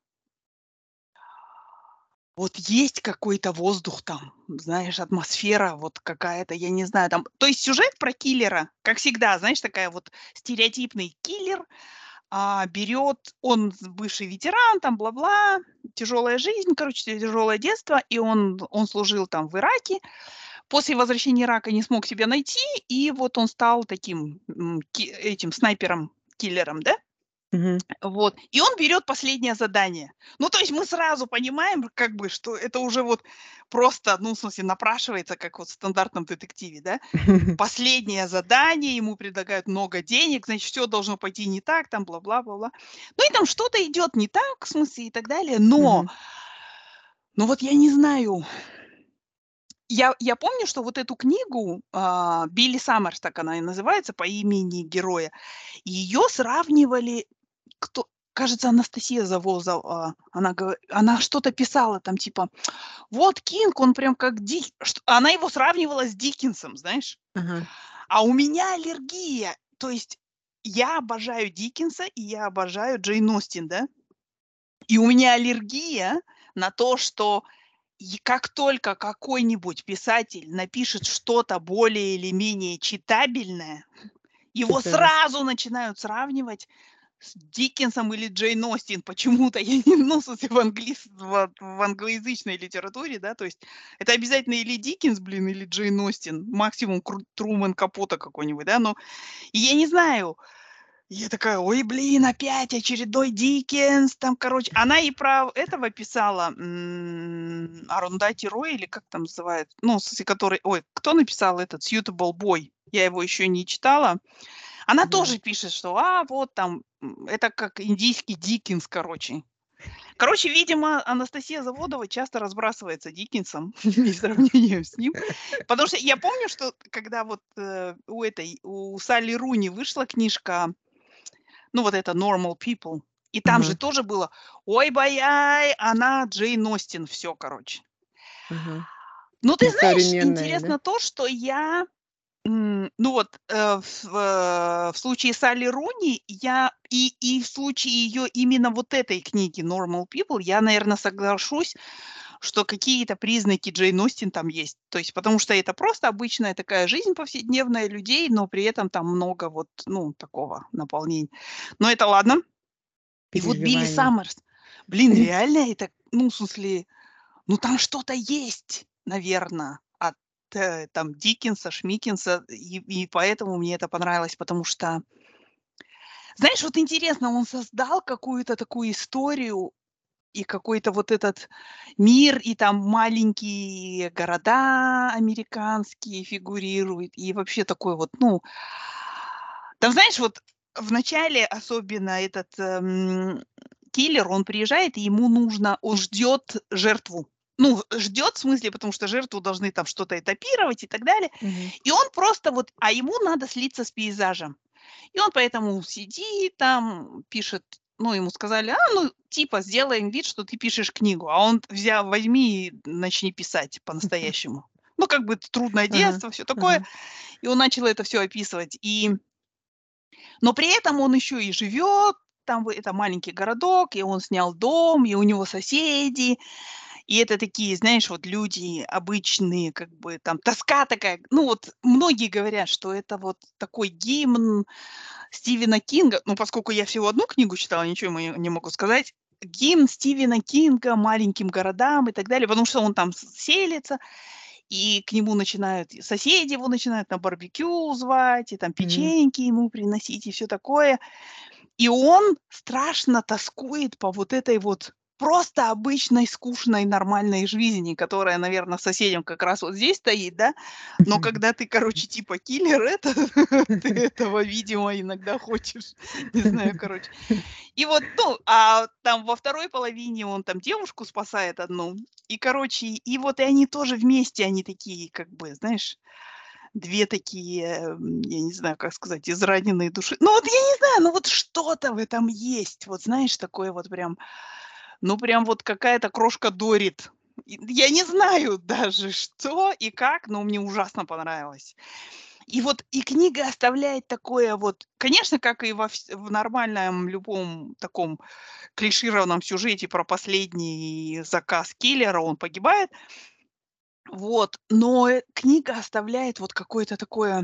вот есть какой-то воздух там, знаешь, атмосфера вот какая-то, я не знаю, там. То есть сюжет про киллера, как всегда, знаешь, такая вот стереотипный киллер, берет, он бывший ветеран, там бла-бла, тяжелая жизнь, короче, тяжелое детство, и он служил там в Ираке. После возвращения Ирака не смог себя найти, и вот он стал таким этим снайпером-киллером, да?
Мгм.
Вот. И он берет последнее задание. Ну, то есть мы сразу понимаем, как бы, что это уже вот просто, ну, в смысле, напрашивается, как вот в стандартном детективе, да? Последнее задание, ему предлагают много денег, значит, все должно пойти не так, там, бла-бла-бла-бла. Ну, и там что-то идет не так, в смысле, и так далее. Но,
Мгм.
ну, вот я не знаю. Я помню, что вот эту книгу, "Билли Саммерс", так она и называется, по имени героя, ее сравнивали, кто, кажется, Анастасия Завозова, она что-то писала там типа: "Вот Кинг, он прям как она его сравнивала с Диккенсом, знаешь.
Ага.
А у меня аллергия. То есть я обожаю Диккенса и я обожаю Джейн Остин, да. И у меня аллергия на то, что как только какой-нибудь писатель напишет что-то более или менее читабельное, его
Это
сразу начинают сравнивать с Диккенсом или Джейн Остин. Почему-то я не, ну, в смысле, в англоязычной литературе, да, то есть это обязательно или Диккенс, блин, или Джейн Остин, максимум Трумэн Капота какой-нибудь, да, но и я не знаю, я такая: "Ой, блин, опять очередной Диккенс". Там, короче, она и про этого писала, Арундати Рой или как там называют, ну, в смысле, который, ой, кто написал этот "Suitable Boy"? Я его еще не читала. Она
да.
тоже пишет, что, вот там, это как индийский Диккенс, короче. Короче, видимо, Анастасия Заводова часто разбрасывается Диккенсом и сравнением с ним. Потому что я помню, что когда вот, у Салли Руни вышла книжка, ну, вот это "Normal People", и там же
Ага.
тоже было: "Ой-бай-яй, она Джейн Остин", все, короче.
Ага.
Ну, ты знаешь,
Несовременная, да?
интересно то, что ну вот, в случае Салли Руни и в случае ее именно вот этой книги "Normal People" я, наверно, соглашусь, что какие-то признаки Джейн Остин там есть. То есть потому что это просто обычная такая жизнь повседневная людей, но при этом там много вот, ну, такого наполнения. Но это ладно. И вот Билли
Переживаний.
Саммерс, блин, реально это, ну, в смысле, ну, там что-то есть, наверно, от, там Диккенса, Шмиккенса, и поэтому мне это понравилось, потому что, знаешь, вот интересно, он создал какую-то такую историю и какой-то вот этот мир, и там маленькие города американские фигурируют, и вообще такой вот, ну, там, знаешь, вот в начале особенно этот, киллер, он приезжает, и ему нужно, он ждет жертву. Ну, ждет, в смысле, потому что жертву должны там что-то этапировать и так далее.
Мгм.
И он просто вот, а ему надо слиться с пейзажем. И он поэтому сидит там, пишет, ну, ему сказали: ну, типа, сделаем вид, что ты пишешь книгу". А он возьми и начни писать по-настоящему. Ну, как бы трудное
Ага.
детство, все такое.
Ага.
И он начал это все описывать. Но при этом он еще и живет, там это маленький городок, и он снял дом, и у него соседи. И это такие, знаешь, вот люди обычные, как бы там тоска такая. Ну, вот многие говорят, что это вот такой гимн Стивена Кинга. Ну, поскольку я всего одну книгу читала, ничего ему не могу сказать. Гимн Стивена Кинга маленьким городам и так далее, потому что он там селится, и к нему начинают, и соседи его начинают на барбекю звать, и там
Мгм.
печеньки ему приносить, и все такое. И он страшно тоскует по вот этой вот просто обычной, скучной, нормальной жизни, которая, наверное, соседям как раз вот здесь стоит, да. Но когда ты, короче, типа киллер, это ты этого, видимо, иногда хочешь. Не знаю, короче. И вот, ну, а там во второй половине он там девушку спасает одну. И, короче, и вот и они тоже вместе, они такие, как бы, знаешь, 2 такие, я не знаю, как сказать, израненные души. Ну, вот я не знаю, ну вот что-то в этом есть. Вот знаешь, такое вот прям, ну, прям вот какая-то крошка Дорит. И я не знаю даже, что и как, но мне ужасно понравилось. И вот и книга оставляет такое вот, конечно, как и в нормальном любом таком клишированном сюжете про последний заказ киллера, он погибает. Вот, но, книга оставляет вот какое-то такое,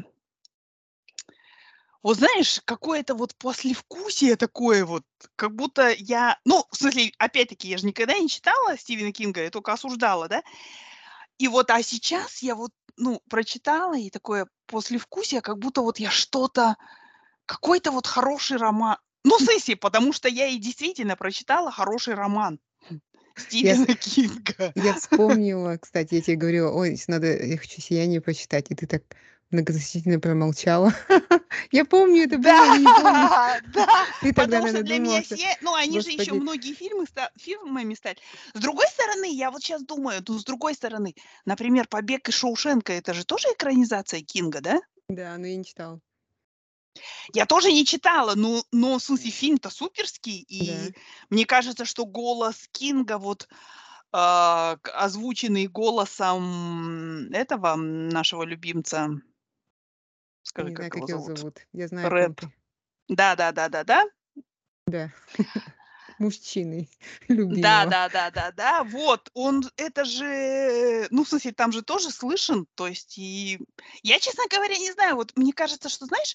вот знаешь, какое-то вот послевкусие такое вот, как будто я, ну, в смысле, опять-таки, я же никогда не читала Стивена Кинга, я только осуждала, да. И вот, а сейчас я вот, ну, прочитала, и такое послевкусие, как будто вот я что-то, какой-то вот хороший роман. Ну, в смысле, потому что я и действительно прочитала хороший роман
Я с
Стивена Кинга.
я вспомнила, кстати, я тебе говорила: "Ой, надо, я хочу "Сияние" почитать", и ты так многозначительно промолчала. Я помню, это
Да,
было или не помнишь?
да,
Ты тогда,
потому что
наверно,
для
думала,
меня
что,
ну, они же еще
господи.
многие фильмами стали. С другой стороны, я вот сейчас думаю, ну, с другой стороны, например, "Побег из Шоушенка" — это же тоже экранизация Кинга, да?
Да, но я не читала.
Я тоже не читала, но в смысле фильм-то суперский,
Да.
и мне кажется, что голос Кинга вот, озвученный голосом этого, нашего любимца,
Я
скажи,
не знаю,
как его
как его
зовут?
зовут. Я знаю, о ком
Рэд.
ты.
Да-да-да-да-да.
Да. Мужчины любимого.
Да-да-да-да-да. Вот он, это же, ну, в смысле, там же тоже слышен. То есть и я, честно говоря, не знаю, вот мне кажется, что, знаешь,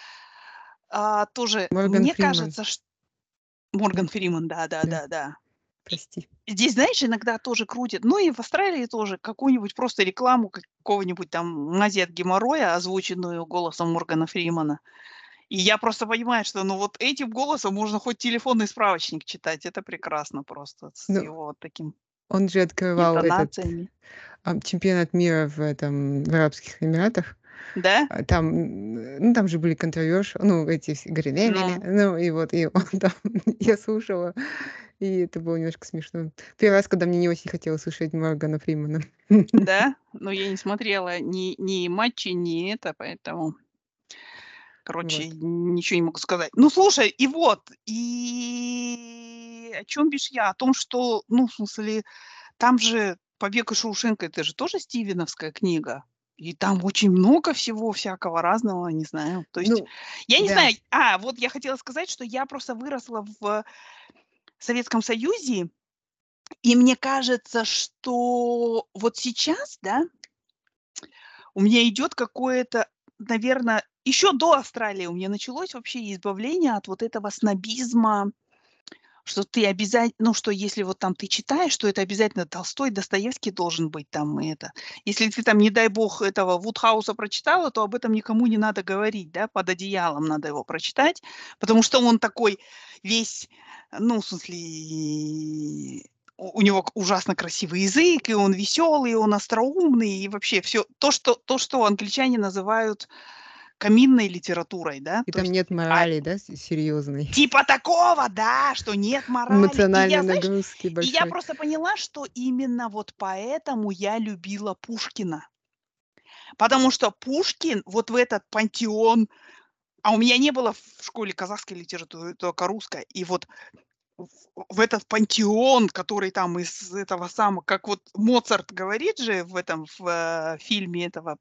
тоже
Морган
мне
Фриман.
кажется, что Морган Фриман,
Да,
да-да-да-да. И
прости.
здесь, знаешь, иногда тоже крутят, ну и в Австралии тоже, какую-нибудь просто рекламу какого-нибудь там мази от геморроя, озвученную голосом Моргана Фримана. И я просто понимаю, что, ну, вот этим голосом можно хоть телефонный справочник читать. Это прекрасно просто с
Ну,
его вот таким
он же открывал этот,
интонациями.
чемпионат мира в Арабских Эмиратах.
Да?
Там, ну, там же были контроверши, ну, эти все говорили: "Ля-ля-ля".
Ну
Ну, и вот, и он там, я слушала, и это было немножко смешно. Первый раз, когда мне не очень хотелось слушать Моргана Фримана.
да? Но я не смотрела ни матчи, ни это, поэтому, короче,
Вот.
ничего не могу сказать. Ну, слушай, и вот, и о чем бишь я? О том, что, ну, в смысле, там же "Побег из Шоушенка" — это же тоже стивеновская книга. И там очень много всего всякого разного, не знаю. То есть,
Ну
я не
да,
знаю, вот я хотела сказать, что я просто выросла в Советском Союзе, и мне кажется, что вот сейчас, да, у меня идет какое-то, наверное, еще до Австралии у меня началось вообще избавление от вот этого снобизма. Что ты обязательно, ну, что если вот там ты читаешь, что это обязательно Толстой, Достоевский должен быть там, и это. Если ты там, не дай бог, этого Вудхауса прочитала, то об этом никому не надо говорить, да, под одеялом надо его прочитать, потому что он такой весь, ну, в смысле, у него ужасно красивый язык, и он веселый, и он остроумный, и вообще все то, что англичане называют каминной литературой, да,
и
то
там
есть,
нет морали, да, серьезной,
типа такого, да, что нет морали. И
эмоциональной
я, знаешь,
нагрузки
и я
большой.
просто поняла, что именно вот поэтому я любила Пушкина. Потому что Пушкин вот в этот пантеон, а у меня не было в школе казахской литературы, только русская. И вот в этот пантеон, который там из этого самого, как вот Моцарт говорит же в этом, фильме этого,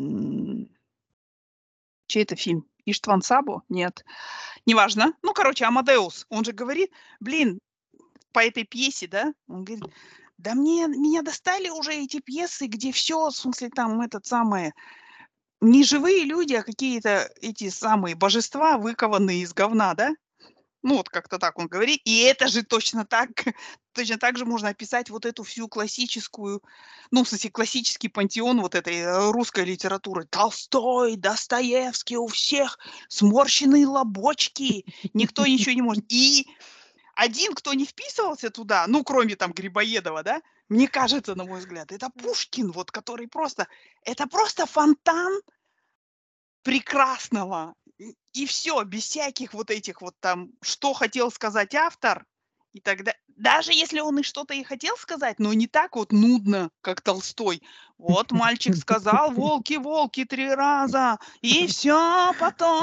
чей это фильм? "Иштван Сабо"? Нет, неважно. Ну, короче, "Амадеус". Он же говорит: "Блин, по этой пьесе, да, он говорит: "Да меня достали уже эти пьесы, где все, в смысле, там этот самое, не живые люди, а какие-то эти самые божества, выкованные из говна", да. Ну, вот как-то так он говорит. И это же точно так точно так же можно описать вот эту всю классическую, ну, в смысле, классический пантеон вот этой, русской литературы. Толстой, Достоевский, у всех сморщенные лобочки, никто ничего не может. И один, кто не вписывался туда, ну, кроме там Грибоедова, да, мне кажется, на мой взгляд, это Пушкин, вот, который просто, это просто фонтан прекрасного. И все, без всяких вот этих вот там, что хотел сказать автор, и тогда, даже если он и что-то и хотел сказать, но не так вот нудно, как Толстой. Вот мальчик сказал: "Волки, волки" 3 раза, и все,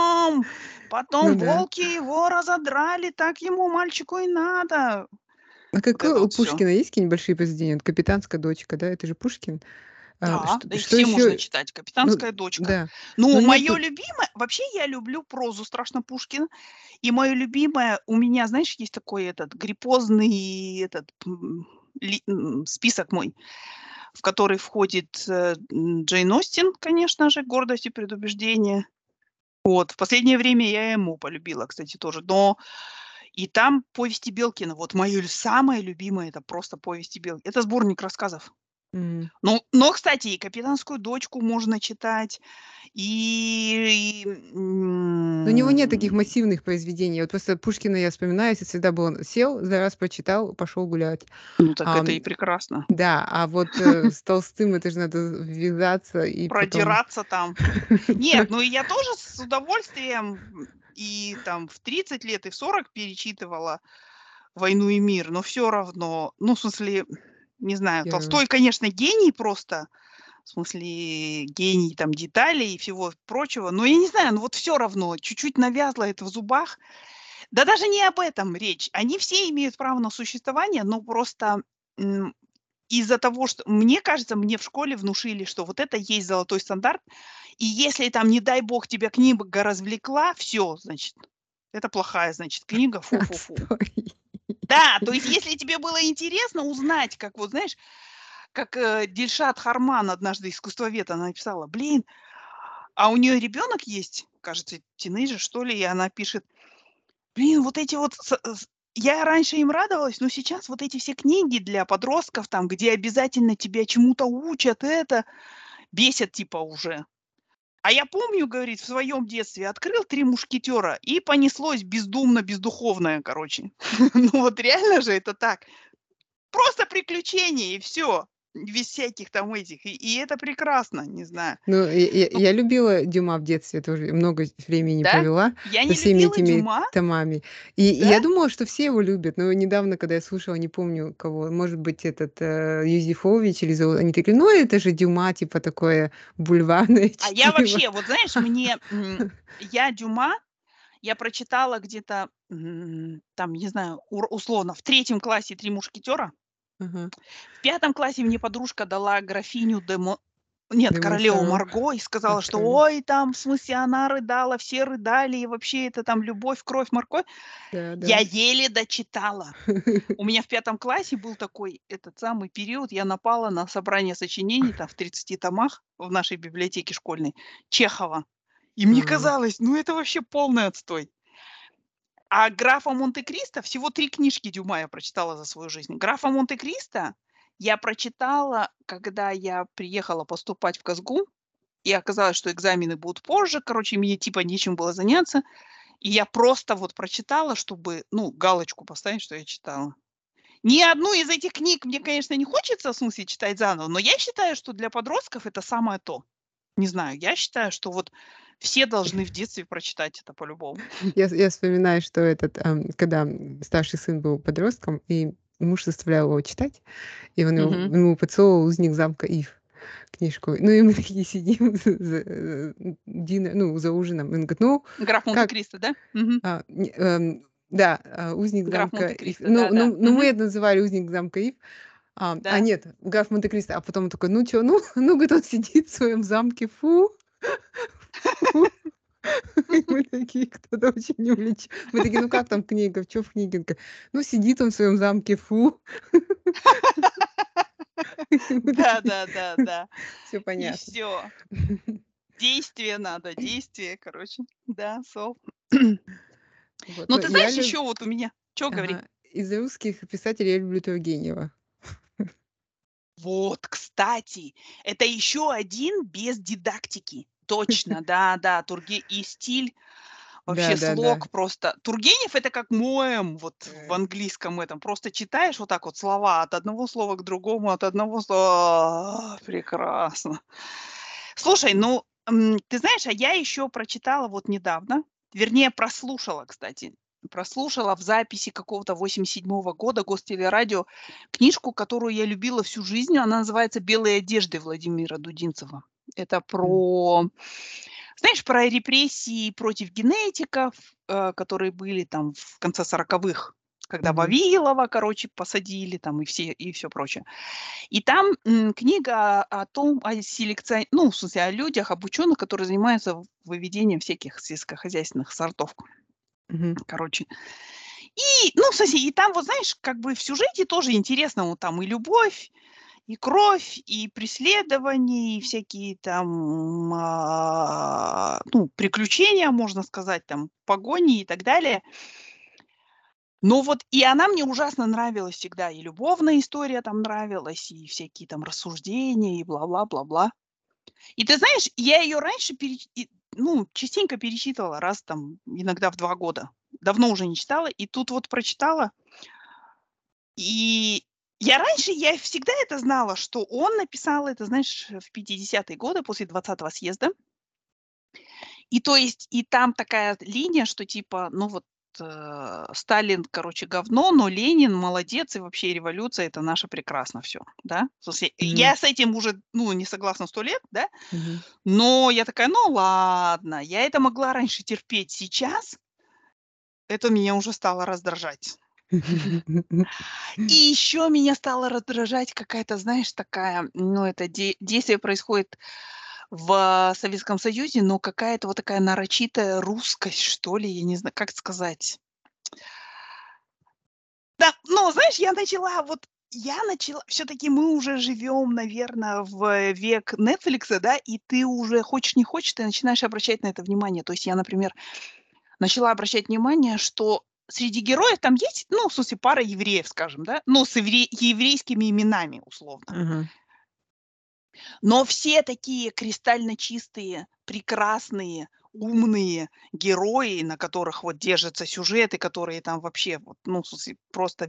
потом
Ну да.
волки его разодрали, так ему, мальчику, и надо.
А
Вот это
какое у
вот все.
Пушкина есть какие-нибудь большие произведения? Вот "Капитанская дочка", да, это же Пушкин.
Да, да и
Что
все можно
еще?
читать.
Ну
"Капитанская дочка".
да.
Но
Ну нет
мое
тут
любимое вообще я люблю прозу страшно Пушкина. И мое любимое, у меня, знаешь, есть такой этот гриппозный этот, список мой, в который входит, Джейн Остин, конечно же, "Гордость и предубеждение". Вот, в последнее время я Эмму полюбила, кстати, тоже. Но и там повести Белкина. Вот моё самое любимое — это просто повести Белкина. Это сборник рассказов.
м.
Но, кстати, и "Капитанскую дочку" можно читать, и,
Но у него нет таких массивных произведений. Вот просто Пушкина я вспоминаю, если всегда был он сел, за раз прочитал, пошел гулять.
ну, так это
Ам,
и прекрасно.
да, а вот, с Толстым это же надо ввязаться и потом
Продираться там. Нет, ну и я тоже с удовольствием, и там в 30 лет, и в 40 перечитывала "Войну и мир", но все равно, ну, в смысле, не знаю,
первого.
Толстой, конечно, гений просто, в смысле, гений там деталей и всего прочего, но я не знаю, ну вот все равно чуть-чуть навязло это в зубах. Да даже не об этом речь. Они все имеют право на существование, но просто, м, из-за того, что, мне кажется, мне в школе внушили, что вот это есть золотой стандарт, и если там, не дай бог, тебя книга развлекла, все, значит, это плохая, значит, книга, фу-фу-фу.
Отстой.
Да, то есть если тебе было интересно узнать, как вот, знаешь, как, Дильшат Харман однажды, искусствовед, она написала: "Блин, а у нее ребенок есть, кажется, тинейджер, что ли", и она пишет: "Блин, вот эти вот я раньше им радовалась, но сейчас вот эти все книги для подростков, там, где обязательно тебя чему-то учат, это бесит типа уже". А я помню, говорит, в своем детстве открыл "Три мушкетера" и понеслось бездумно бездуховное, короче. Ну вот реально же это так. Просто приключения и все, без всяких там этих. И это прекрасно, не знаю.
Ну,
Ну
я любила Дюма в детстве, тоже много времени
да,
провела
я
со
не
всеми
любила
этими
Дюма,
томами. И
да?
я думала, что все его любят, но недавно, когда я слушала, не помню кого, может быть, этот, Юзефович или зовут, они такие: "Ну, это же Дюма, типа такое бульварное
А я
чтиво".
вообще, вот знаешь, я Дюма, я прочитала где-то, там, не знаю, условно, в 3 классе "Три мушкетера".
Ага.
В 5 классе мне подружка дала графиню де Мо нет,
Де
королеву
Монсоро.
Марго и
А,
сказала, что
король.
ой, там, в смысле, она рыдала, все рыдали, и вообще это там любовь, кровь, морковь.
Да,
Я
да.
еле дочитала. У меня в 5 классе был такой, этот самый период, я напала на собрание сочинений, там, в 30 томах в нашей библиотеке школьной, Чехова. И мне
А,
казалось, ну это вообще полный отстой. А "Графа Монте-Кристо" всего 3 книжки Дюма я прочитала за свою жизнь. "Графа Монте-Кристо" я прочитала, когда я приехала поступать в КазГУ, и оказалось, что экзамены будут позже. Короче, мне типа нечем было заняться. И я просто вот прочитала, чтобы, ну, галочку поставить, что я читала. Ни одну из этих книг мне, конечно, не хочется, в смысле, читать заново, но я считаю, что для подростков это самое то. Не знаю, я считаю, что вот все должны в детстве прочитать это по-любому.
я вспоминаю, что этот, когда, старший сын был подростком, и муж заставлял его читать, и он
Мгм.
ему подсовывал "Узник замка Ив" книжку. Ну, и мы такие сидим за ужином. Он говорит: "Ну,
"Граф
как?"
Монте-Кристо", да? Мгм.
Да, "Узник
"Граф
замка Ив".
Монте-Кристо", да-да.
Ну, мы
Мгм.
это называли "Узник замка Ив".
Да.
Нет, "Граф Монте-Кристо". А потом он такой: "Ну чё, ну, ну, говорит, он сидит в своем замке, фу, фу". И мы такие, кто-то очень увлечен. Мы такие: "Ну, как там книга? Чё в книге?" Он такой: "Ну, сидит он в своем замке, фу". И мы такие:
Да-да-да-да.
"Всё
И
понятно".
всё. Действие надо, действие, короче. Да,
Вот,
Ну,
ну,
ты
я
знаешь,
люб
еще вот у меня чё, говори.
ага, из русских писателей я люблю Тургенева.
Вот, кстати, это еще один без дидактики. Точно, да-да, и стиль Вообще
Да-да-да.
слог просто. Тургенев это как моем вот в английском этом. Просто читаешь вот так вот слова от одного слова к другому, от одного слова. Прекрасно. Слушай, ну, ты знаешь, а я еще прочитала вот недавно, вернее, прослушала, кстати, прослушала в записи какого-то 87-го года Гостелерадио книжку, которую я любила всю жизнь. Она называется «Белые одежды» Владимира Дудинцева. Это
М.
про, знаешь, про репрессии против генетиков, которые были там в конце 40-х, когда
Мгм.
Вавилова, короче, посадили там и все прочее. И там, книга о том, ну, в смысле, о людях, об ученых, которые занимаются выведением всяких сельскохозяйственных сортов.
Мгм.
Короче. И, ну, в смысле, и там, вот знаешь, как бы в сюжете тоже интересно, вот там и любовь, и кровь, и преследования, и всякие там, ну, приключения, можно сказать, там, погони и так далее. Но вот и она мне ужасно нравилась всегда. И любовная история там нравилась, и всякие там рассуждения, и бла-бла-бла-бла. И ты знаешь, я ее раньше ну, частенько перечитывала, раз там, иногда в 2 года. Давно уже не читала, и тут вот прочитала. И я всегда это знала, что он написал это, знаешь, в 50-е годы после 20-го съезда. И то есть, и там такая линия, что типа, ну вот, Сталин, короче, говно, но Ленин молодец, и вообще революция — это наше прекрасно все, да. В смысле,
Мгм.
я с этим уже, ну, не согласна 100 лет, да,
Мгм.
но я такая: "Ну ладно". Я это могла раньше терпеть. Сейчас это меня уже стало раздражать. И еще меня стало раздражать какая-то, знаешь, такая, ну, это действие происходит в Советском Союзе, но какая-то вот такая нарочитая русскость, что ли, я не знаю, как сказать. Да, ну, знаешь, я начала все-таки мы уже живем, наверное, в век "Нетфликса", да, и ты уже, хочешь не хочешь, ты начинаешь обращать на это внимание. То есть я, например, начала обращать внимание, что среди героев там есть, ну, в смысле, пара евреев, скажем, да, но с еврейскими именами, условно.
Ага.
Но все такие кристально чистые, прекрасные, умные герои, на которых вот держится сюжет, и которые там вообще, вот, ну, в смысле, просто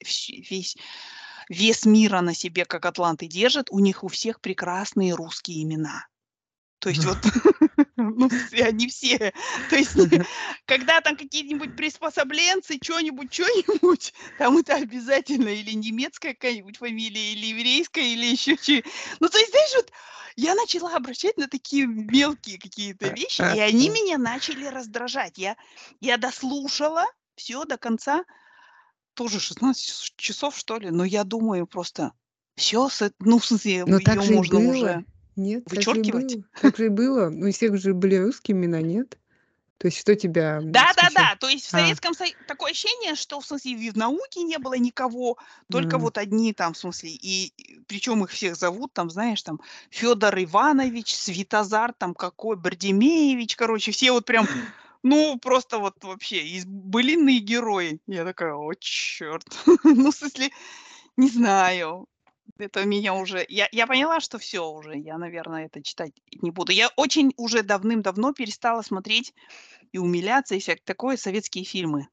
весь мир на себе, как атланты, держат, у них у всех прекрасные русские имена. То есть вот, ну, в смысле, они все. То есть когда там какие-нибудь приспособленцы, чё-нибудь, там это обязательно или немецкая какая-нибудь фамилия, или еврейская, или еще че. Ну, то есть, знаешь, вот я начала обращать на такие мелкие какие-то вещи, и они меня начали раздражать. Я дослушала все до конца, тоже 16 часов, что ли, но я думаю просто: все, ну, в смысле,
Но так
ее
же и
можно
было.
уже
Нет, так же и
вычеркивать?
было. Так же и было. У всех же были русские имена, нет? То есть что тебя, смущает?
Да-да-да, то есть в
А,
Советском Союзе такое ощущение, что в смысле в науке не было никого, только
м.
вот одни там, в смысле, причем их всех зовут там, знаешь, там Федор Иванович, Святозар там какой, Бардемеевич, короче, все вот прям, ну, просто вот вообще былинные герои. Я такая: "О, черт". Ну, в смысле, не знаю. Это меня уже я поняла, что все уже, я, наверное, это читать не буду. Я очень уже давным-давно перестала смотреть и умиляться, и всякое такое, советские фильмы.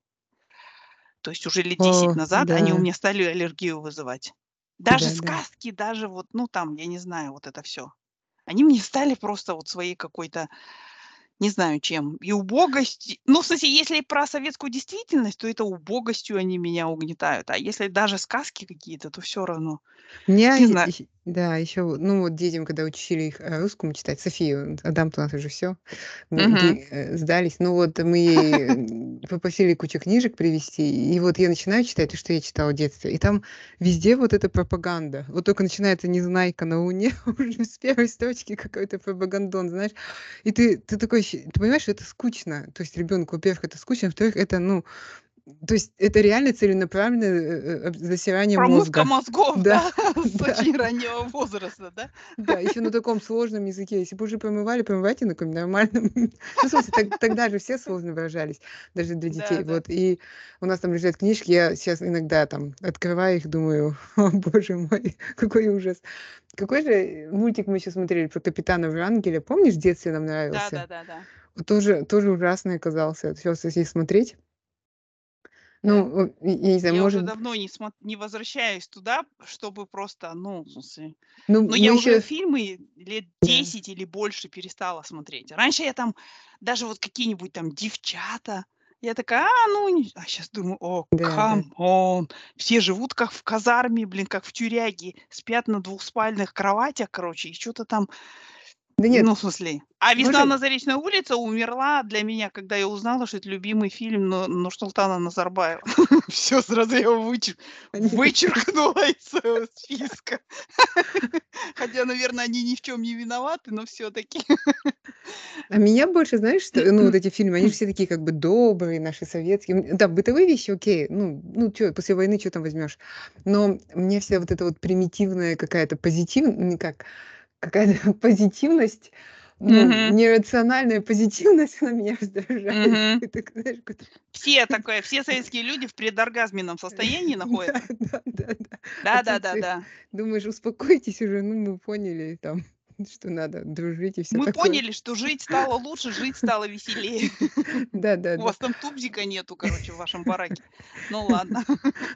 То есть уже лет 10
О,
назад они у
да,
меня стали аллергию вызывать. Даже
да-да.
сказки, даже вот, ну, там, я не знаю, вот это все. Они мне стали просто вот своей какой-то, не знаю чем, и убогость. Ну, в смысле, если про советскую действительность, то это убогостью они меня угнетают, а если даже сказки какие-то, то все равно.
Меня
Не знаю.
да, еще вот, ну, вот детям, когда учили их, русскому читать, Софию, Адам-то у нас уже все, мы
Мгм.
сдались. Ну, вот мы ей, попросили кучу книжек привезти, и вот я начинаю читать то, что я читала в детстве, и там везде вот эта пропаганда. Вот только начинается "Незнайка на Луне", уже с первой строчки какой-то пропагандон, знаешь. И ты такой ты понимаешь, что это скучно. То есть ребенку, во-первых, это скучно, во-вторых, это, ну, то есть это реально целенаправленное, засирание
Промывка
мозга.
мозгов,
Да,
да, с
да.
очень раннего возраста, да?
Да, еще на таком сложном языке. Если бы уже промывали, промывайте на каком-нибудь нормальном. Ну, в смысле, тогда же все сложно выражались, даже для детей.
Да-да.
Вот, и у нас там лежат книжки, я сейчас иногда там открываю их, думаю: "О, боже мой, какой ужас". Какой же мультик мы еще смотрели про капитана Врангеля? Помнишь, в детстве нам нравился?
Да-да-да-да.
Вот тоже ужасный оказался. Сейчас, если смотреть,
Да?
я не знаю,
Я уже
может,
давно не возвращаюсь туда, чтобы просто, ну, в смысле,
ну,
ну, я
мы
уже
еще,
фильмы лет
да.
10 или больше перестала смотреть. Раньше я там даже вот какие-нибудь там "Девчата", я такая: "А, ну, а щас думаю: "О,
Да.
камон, все живут как в казарме, блин, как в тюряге, спят на двухспальных кроватях, короче, и что то там".
Да нет,
Ну, в смысле, а "Весна
может,
на Заречной улице" умерла для меня, когда я узнала, что это любимый фильм Нурсултана Назарбаева. Все сразу я его
нет.
вычеркнула из своего списка. Хотя, наверное, они ни в чем не виноваты, но все таки
А меня больше, знаешь, что, ну, вот эти фильмы, они же все такие как бы добрые, наши советские. Да, бытовые вещи, окей, ну, чё, после войны что там возьмешь? Но мне вся вот эта вот примитивная какая-то какая-то позитивность, ну,
Мгм,
нерациональная позитивность, она меня раздражает.
мгм.
Ты так, знаешь,
Все советские люди в предоргазменном состоянии
да,
находятся.
да. А тут ты
Да-да-да-да.
думаешь: "Успокойтесь уже, ну, мы поняли там, что надо дружить и все
Мы
такое".
поняли, что жить стало лучше, жить стало веселее. У
Да-да-да.
вас там тубзика нету, короче, в вашем бараке. Ну ладно.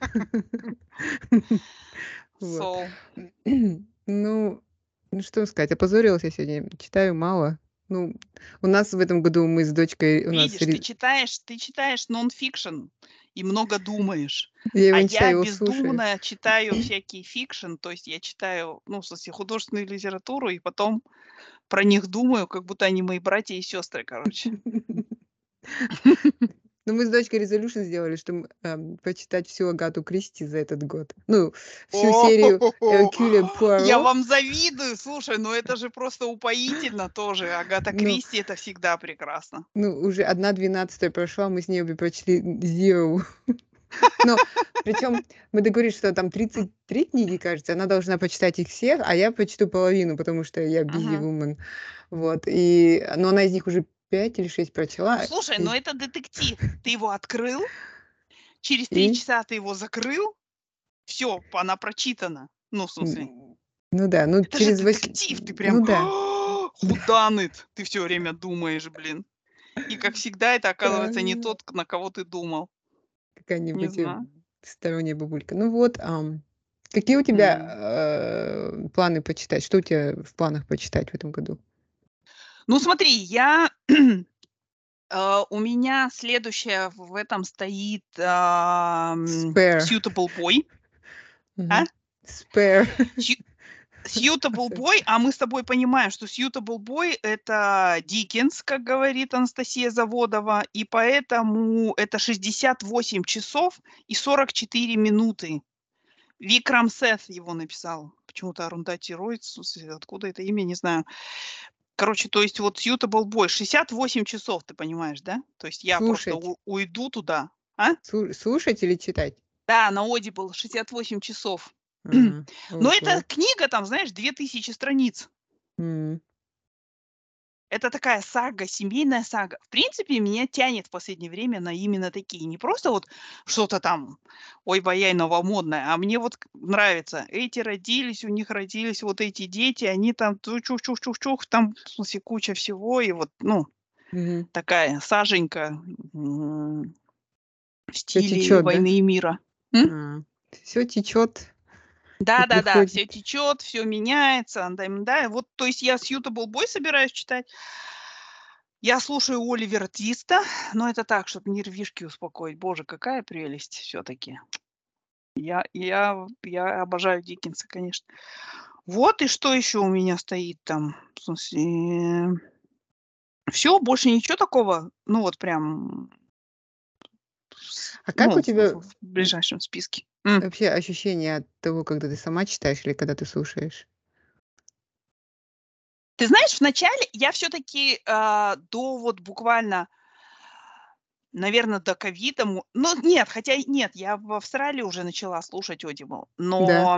Вот.
So.
Ну, ну, что сказать, опозорилась я сегодня, читаю мало. Ну, у нас в этом году мы с дочкой, у нас
Видишь,
ре
ты читаешь нон-фикшн и много думаешь,
я его
а
не читаю,
я
его слушаю.
бездумно читаю всякий фикшн, то есть я читаю, ну, в смысле, художественную литературу и потом про них думаю, как будто они мои братья и сестры, короче.
Ну, мы с дочкой resolution сделали, что почитать всю Агату Кристи за этот год. Ну, всю серию
О,
Hercule
я
Пуаро.
вам завидую, слушай, ну это же просто упоительно тоже. Агата
Ну
Кристи — это всегда прекрасно.
ну, уже 1/12 прошла, мы с ней обе прочли Zero. Но причем мы договорились, что там 33 книги, кажется, она должна почитать их всех, а я прочту половину, потому что я busy
Мгм.
woman. Вот, но она из них уже 5 или 6
Ну,
прочла.
слушай, ну
И,
это детектив. Ты его открыл, через 3
и,
часа ты его закрыл, все, она прочитана. Ну, в смысле,
ну да, ну
это же
через 8,
детектив, ты прям
ну да,
whodunit, ты все время думаешь, блин. И, как всегда, это оказывается не
да,
тот, на кого ты думал. Не
какая-нибудь
знаю.
сторонняя бабулька. Ну вот, какие у тебя
М.
планы почитать? Что у тебя в планах почитать в этом году?
Ну, смотри, у меня следующее в этом стоит,
Spare.
Suitable Boy. А?
Мгм. Spare.
Сью Suitable Boy, а мы с тобой понимаем, что Suitable Boy — это Диккенс, как говорит Анастасия Заводова, и поэтому это 68 часов и 44 минуты. Викрам Сeth его написал. Почему-то Арундхати Рой, в смысле, откуда это имя, не знаю. Короче, то есть вот Suitable Boy 68 часов, ты понимаешь, да? То есть я просто
Слушать.
уйду туда. А?
Слушать или читать?
Да, на Audible 68 часов. Но
Ого.
эта книга там, знаешь, 2000 страниц.
М.
Это такая сага, семейная сага. В принципе, меня тянет в последнее время на именно такие. Не просто вот что-то там, ой-ваяй, новомодное, а мне вот нравится. Эти родились, у них родились вот эти дети, они там чух-чух-чух-чух, там, в смысле, куча всего. И вот, ну,
Мгм.
такая саженька в
Всё
стиле
течет, да?
"Войны и мира". М?
Все течет и
Да-да-да,
приходит.
все течет, все меняется, анда-мда. Вот, то есть я Suitable Boy собираюсь читать. Я слушаю Оливера Твиста, но это так, чтобы нервишки успокоить. Боже, какая прелесть все таки. Я обожаю Диккенса, конечно. Вот, и что еще у меня стоит там? В смысле, всё, больше ничего такого, ну, вот прям,
А как у
ну, в
тебя,
в ближайшем списке. М.
вообще ощущение от того, когда ты сама читаешь или когда ты слушаешь?
Ты знаешь, вначале я все таки до вот буквально, наверно, до ковида, ну, нет, хотя нет, я в Австралии уже начала слушать Audible,
Да.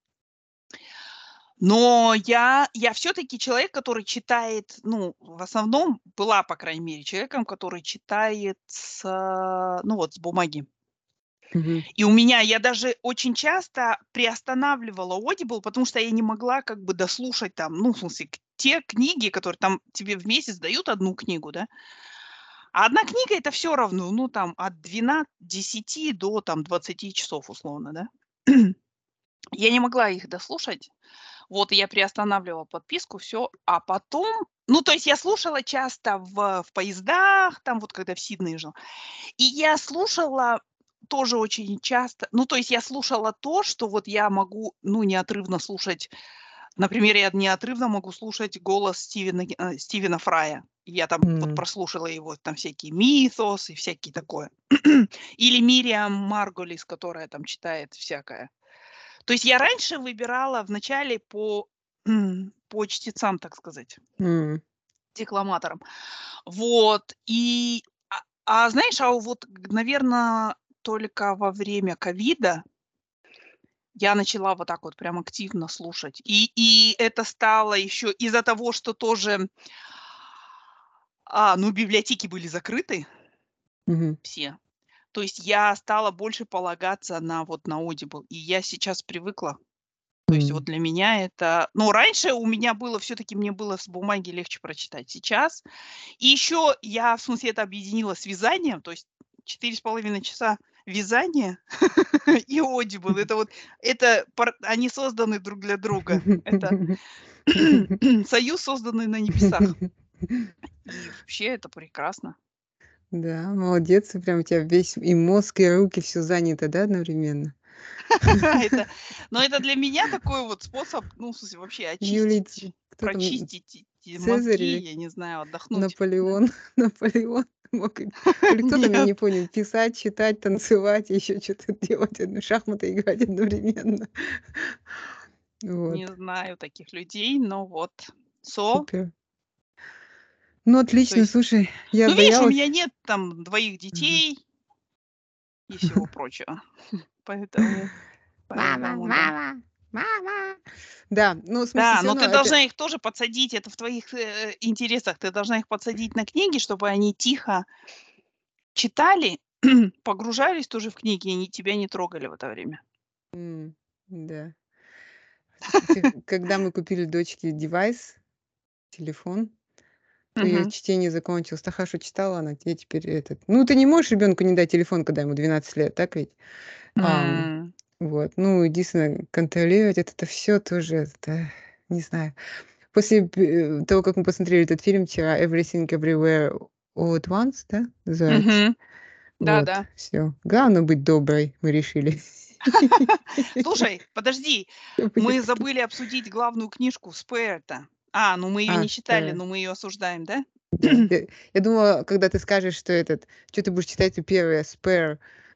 но я все таки человек, который читает, ну, в основном была, по крайней мере, человеком, который читает ну, вот с бумаги.
Мгм.
И у меня я даже очень часто приостанавливала Audible, потому что я не могла как бы дослушать там, ну, в смысле, к те книги, которые там тебе в месяц дают одну книгу, да, а одна книга это все равно, ну, там от 10 до там 20 часов условно, да. Я не могла их дослушать. Вот, и я приостанавливала подписку, все, а потом ну, то есть я слушала часто в поездах, там вот когда в Сиднее жила, и я слушала тоже очень часто, ну, то есть я слушала то, что вот я могу, ну, неотрывно слушать. Например, я неотрывно могу слушать голос Стивена Фрая. Я там вот
М,
прослушала его, там всякие "Мифос" и всякие такое. Или Мириам Маргулис, которая там читает всякое. То есть я раньше выбирала вначале по чтецам, так сказать,
м,
декламаторам. Вот, знаешь, вот, наверно, только во время ковида я начала вот так вот прям активно слушать. И это стало еще из-за того, что тоже, ну, библиотеки были закрыты
мгм,
все. То есть я стала больше полагаться на Audible, и я сейчас привыкла. То есть вот
м.
для меня это ну, раньше у меня было все таки мне было с бумаги легче прочитать. Сейчас и еще я, в смысле, это объединила с вязанием, то есть 4,5 часа вязания и Audible. Это вот это они созданы друг для друга. Это союз, созданный на небесах. И вообще это прекрасно.
Да, молодец, ты прям у тебя весь и мозг, и руки все занято, да, одновременно?
Это но это для меня такой вот способ, ну, в смысле, вообще
Юлий
очистить,
кто там,
прочистить эти
Цезарь
мозги,
или
я не знаю, отдохнуть, да.
Наполеон? Наполеон мог или кто там, я
Нет,
не помню, писать, читать, танцевать, еще что то делать, шахматы играть одновременно. Вот,
не знаю таких людей, но вот
супер. Ну,
то
отлично,
есть
слушай, я
ну, видишь, у
боялась.
меня нет там двоих
Ага.
детей и всего прочего. Поэтому
Мама,
поэтому да.
мама, мама. Да, ну, в смысле,
Да,
все
но
равно
ты
это
должна их тоже подсадить, это в твоих, интересах. Ты должна их подсадить на книги, чтобы они тихо читали, погружались тоже в книги, и они тебя не трогали в это время.
Да. Слушайте, когда мы купили дочке девайс, телефон, то её
Мгм.
чтение закончилось. Так хорошо читала она, тебе теперь этот ну, ты не можешь ребенку не дать телефон, когда ему 12 лет, так ведь? Ам,
М.
вот, ну, единственное, контролировать это всё тоже, это, не знаю. После того, как мы посмотрели этот фильм вчера "Everything Everywhere All at Once", да, называется?
Мгм.
Вот,
Да-да.
всё. Главное быть доброй, мы решили.
Слушай, подожди,
Всё будет
мы
окей.
забыли обсудить главную книжку Спэрта. Ну мы ее не читали,
Спэр.
но мы ее осуждаем, да?
Да. Я думала, когда ты скажешь, что этот, что ты будешь читать, ты первая "Спэр".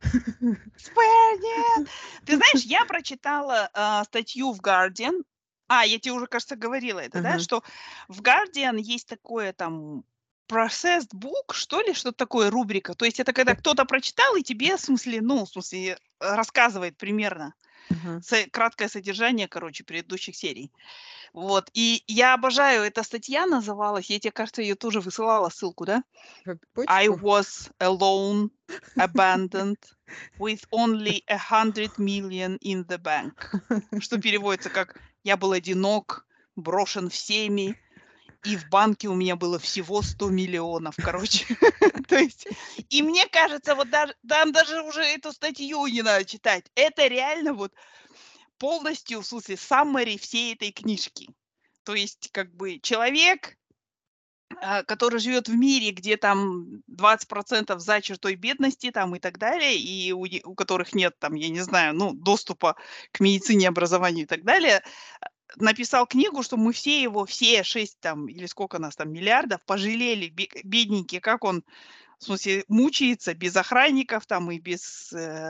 Спэр, нет! Ты знаешь, я прочитала, статью в Guardian. Я тебе уже, кажется, говорила это, да,
Ага.
что в Guardian есть такое там processed book, что ли, что-то такое, рубрика. То есть это когда
Э,
кто-то прочитал и тебе, в смысле, ну, в смысле, рассказывает примерно
ага.
краткое содержание, короче, предыдущих серий. Вот, и я обожаю, эта статья называлась, я тебе, кажется, ее тоже высылала ссылку, да?
По
I
почту?
was alone, abandoned, with only 100 million in the bank. Что переводится как "я был одинок, брошен всеми, и в банке у меня было всего 100 миллионов". Короче, то есть, и мне кажется, вот даже уже эту статью не надо читать. Это реально вот полностью, в смысле, summary всей этой книжки. То есть, как бы человек, который живет в мире, где там 20% за чертой бедности там и так далее, и у которых нет там, я не знаю, ну, доступа к медицине, образованию и так далее, написал книгу, что мы все 6 там или сколько нас там миллиардов пожалели, бедненький, как он, в смысле, мучается без охранников там и без,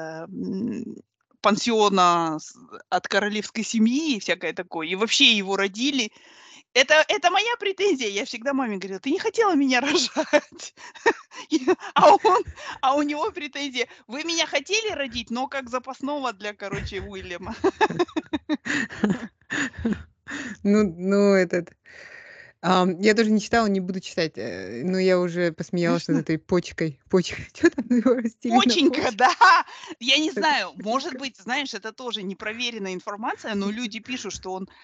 пансиона от королевской семьи и всякое такое. И вообще его родили это моя претензия. Я всегда маме говорила: "Ты не хотела меня рожать". И у него претензия: "Вы меня хотели родить, но как запасного для, короче, Уильяма".
Ну, этот, я тоже не читала, не буду читать, но я уже посмеялась над этой почкой. Почкой, чё там его растили на
Поченька,
почке?
да! Я не
Это
знаю, может
почка.
быть, знаешь, это тоже непроверенная информация, но люди пишут, что он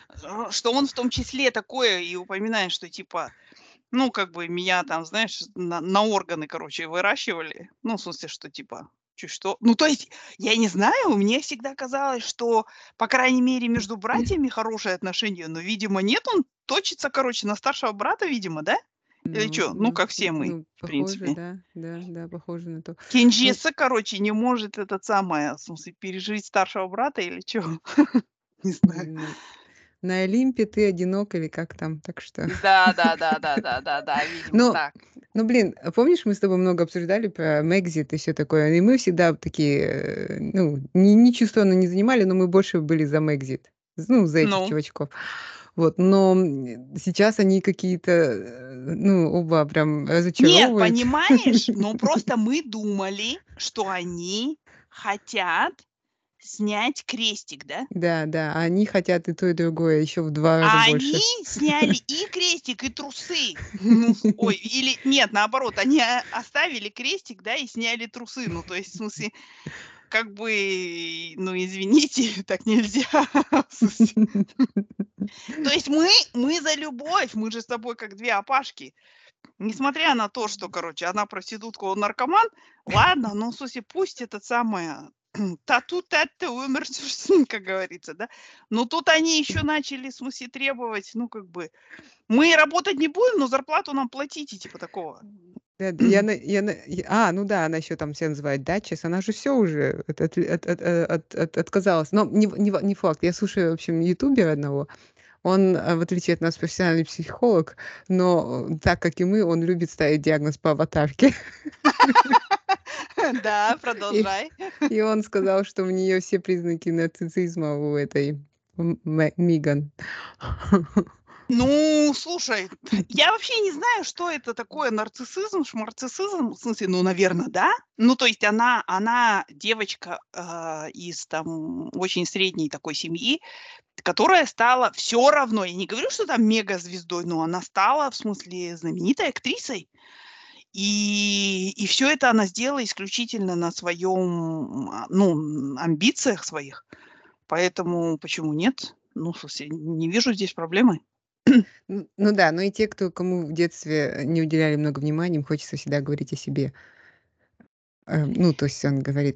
что он в том числе такое и упоминает, что типа, ну, как бы меня там, знаешь, на органы, короче, выращивали. Ну, в смысле, что типа, чуть что. Ну, то есть, я не знаю, мне всегда казалось, что, по крайней мере, между братьями хорошие отношения, но, видимо, нет, он точится, короче, на старшего брата, видимо, да? Или
Ну
что? Ну, как все мы,
ну,
в
похоже,
принципе.
да, да, да, похоже на то. Ну,
Кенджиса, короче, не может этот самое, в смысле, пережить старшего брата или чё? Не знаю.
на Олимпе ты одинок или как там, так что
Да, видимо,
но
так.
блин, помнишь, мы с тобой много обсуждали про Мexit и все такое, и мы всегда такие, ну, ни чувственно не занимали, но мы больше были за Mexit, ну, за этих
Ну.
чувачков. Вот, но, сейчас они какие-то, ну, оба прям
Нет,
разочаровывают.
понимаешь, но просто мы думали, что они хотят снять крестик, да?
Да, да, а они хотят и то, и другое, еще в 2 раза
А они
больше.
сняли и крестик, и трусы. Ну, ой, или нет, наоборот, они оставили крестик, да, и сняли трусы. Ну, то есть, в смысле, как бы, ну, извините, так нельзя. В смысле. То есть мы за любовь, мы же с тобой как 2 опашки. Несмотря на то, что, короче, она проститутка, он наркоман, ладно, ну, в смысле, пусть это самое тату-тatu умер, как говорится, да. Но тут они еще начали, в смысле, требовать, ну, как бы, мы работать не будем, но зарплату нам платите, типа такого.
Да, д я на ну да, она еще там себя называет Датчис, она же все уже отказалась. Но не факт. Я слушаю, в общем, ютубера одного. Он, в отличие от нас, профессиональный психолог, но, так как и мы, он любит ставить диагноз по аватарке.
Да,
И
продолжай.
и он сказал, что у нее все признаки нарциссизма у этой Миган.
Ну, слушай, я вообще не знаю, что это такое нарциссизм, шмарциссизм. В смысле, ну, наверное, да. Ну, то есть она девочка, из там очень средней такой семьи, которая стала все равно, я не говорю, что там мегазвездой, но она стала, в смысле, знаменитой актрисой. И все это она сделала исключительно на своем, ну, амбициях своих. Поэтому почему нет? Ну, в смысле, не вижу здесь проблемы.
Ну да, но и те, кому в детстве не уделяли много внимания, им хочется всегда говорить о себе. Ну, то есть он говорит,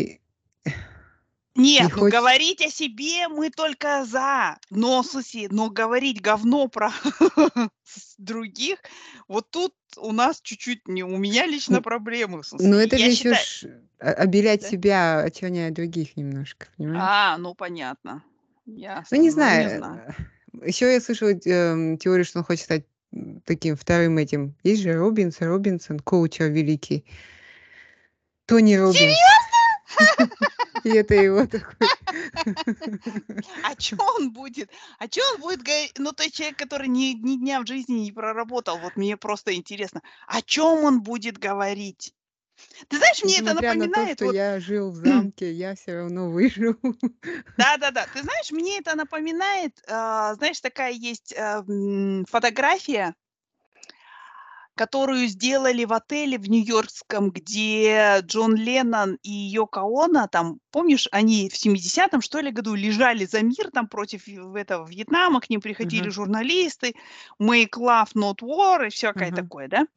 и
Нет, ну
хочет.
говорить о себе мы только за. Но, в смысле, но говорить говно про других, вот тут у нас чуть-чуть не у меня лично проблемы, в
Ну,
смысле.
это же
Я
еще
считаю,
ж обелять
да?
себя, очернять других немножко, понимаешь?
Ну понятно.
Ну,
Ясно.
не
Ну,
знаю.
не знаю.
Еще я слышала, теорию, что он хочет стать, таким вторым этим. Есть же Робинсон, коучер великий, Тони Роббинс. И это его такой.
А чё он будет? А чё он будет говорить? Ну, то есть человек, который ни дня в жизни не проработал. Вот мне просто интересно, о чём он будет говорить? Ты знаешь, мне это
Несмотря на то,
напоминает
что
вот
я жил в замке, я все равно выжил.
да-да-да. Ты знаешь, мне это напоминает, знаешь, такая есть, фотография, которую сделали в отеле в нью-йоркском, где Джон Леннон и Йоко Оно, там, помнишь, они в 70-м, что ли, году лежали за мир там против этого Вьетнама, к ним приходили
Ага,
журналисты, "Make love, not war" и всякое
ага.
такое, да.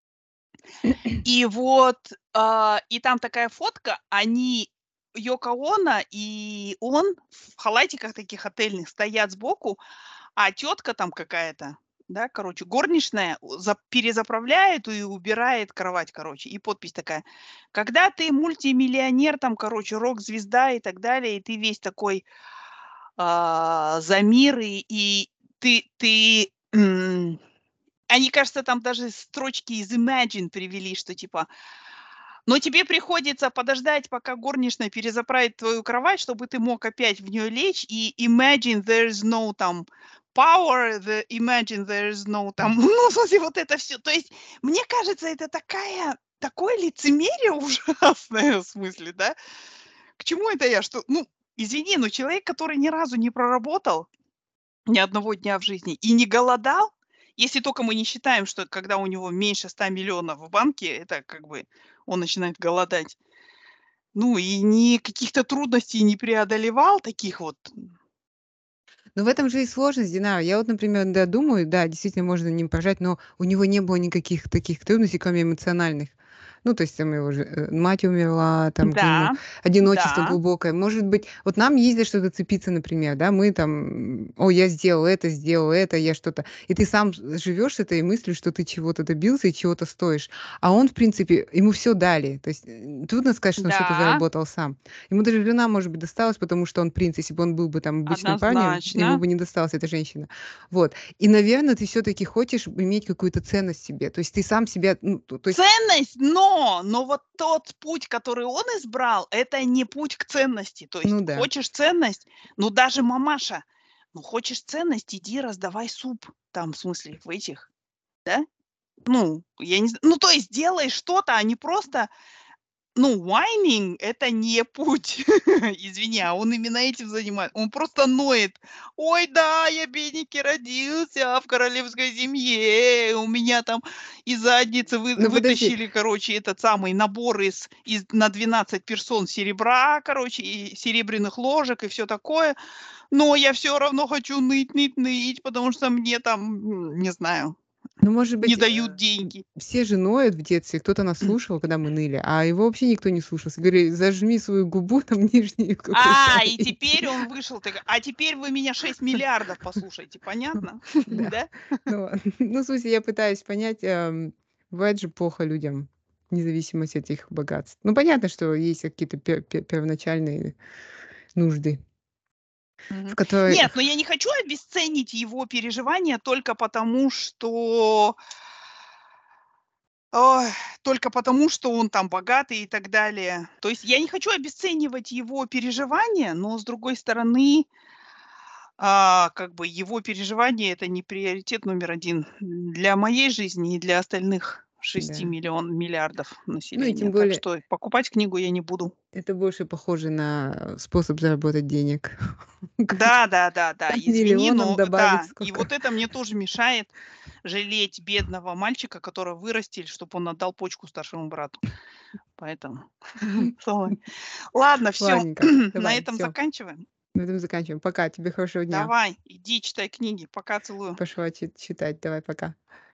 И вот, и там такая фотка, они, Йоко Оно и он в халатиках таких отельных стоят сбоку, а тетка там какая-то, да, короче, горничная перезаправляет и убирает кровать, короче. И подпись такая: "Когда ты мультимиллионер, там, короче, рок-звезда и так далее, и ты весь такой, за мир, и они, кажется, там даже строчки из Imagine привели, что типа: "Но тебе приходится подождать, пока горничная перезаправит твою кровать, чтобы ты мог опять в нее лечь, и imagine there is no там power, imagine there is no там", ну, в смысле, вот это все. То есть, мне кажется, это такое лицемерие ужасное, в смысле, да. К чему это я? Что, ну, извини, но человек, который ни разу не проработал ни одного дня в жизни и не голодал, если только мы не считаем, что когда у него меньше 100 миллионов в банке, это как бы он начинает голодать. Ну, и ни каких-то трудностей не преодолевал таких вот.
Но в этом же и сложность, Динара. Я вот, например, да, думаю, да, действительно можно не пожать, но у него не было никаких таких трудностей, кроме эмоциональных. Ну, то есть там его же мать умерла, там к нему
Да,
одиночество
да,
глубокое. Может быть, вот нам есть за что зацепиться, например, да, мы там, о, я сделал это, я что-то. И ты сам живешь с этой мыслью, что ты чего-то добился и чего-то стоишь. А он, в принципе, ему все дали. То есть трудно сказать, что он что-то
да,
заработал сам. Ему даже жена, может быть, досталась, потому что он принц. Если бы он был бы там обычным парнем, ему
однозначно.
бы не досталась эта женщина. Вот. И, наверное, ты все-таки хочешь иметь какую-то ценность в себе. То есть ты сам себя, ну, то есть,
Ценность, но вот тот путь, который он избрал, это не путь к ценности. То
ну
есть
да.
хочешь ценность, ну даже мамаша, ну хочешь ценность, иди раздавай суп. Там, в смысле, в этих, да? Ну, я не знаю, ну то есть делай что-то, а не просто ну, whining — это не путь. Извини, а он именно этим занимается. Он просто ноет: "Ой, да, я бедненький родился в королевской семье, у меня там из задницы
Ну подожди,
вытащили, короче, этот самый набор из на 12 персон серебра, короче, и серебряных ложек, и все такое. Но я все равно хочу ныть, ныть, ныть, потому что мне там, не знаю,
ну, может
не
быть,
дают деньги".
все же ноют в детстве, кто-то нас слушал, когда мы ныли, а его вообще никто не слушался. Говорю, зажми свою губу там нижнюю какую-то.
И теперь он вышел такой: "А теперь вы меня 6 миллиардов послушайте". Понятно?
Да.
Да?
Ну, ну, в смысле, я пытаюсь понять, бывает же плохо людям, вне зависимости от их богатств. Ну, понятно, что есть какие-то первоначальные нужды, в
Мгм.
которые...
Нет, но я не хочу обесценить его переживания только потому, что ой, только потому, что он там богатый и так далее. То есть я не хочу обесценивать его переживания, но, с другой стороны, как бы его переживания — это не приоритет номер один для моей жизни и для остальных шести
Да.
миллиардов
Ну, и
населения.
тем
Так
более,
что покупать книгу я не буду.
это больше похоже на способ заработать денег.
Да, да, да, да,
Там
извини,
миллионов
но
добавить
да, и
сколько.
вот это мне тоже мешает жалеть бедного мальчика, которого вырастили, чтобы он отдал почку старшему брату. Поэтому ой. Ладно, все,
Ладненько,
на
давай,
этом
все,
заканчиваем.
на этом заканчиваем. Пока, тебе хорошего дня.
Давай, иди читай книги. Пока, целую.
Пошла читать. Давай, пока.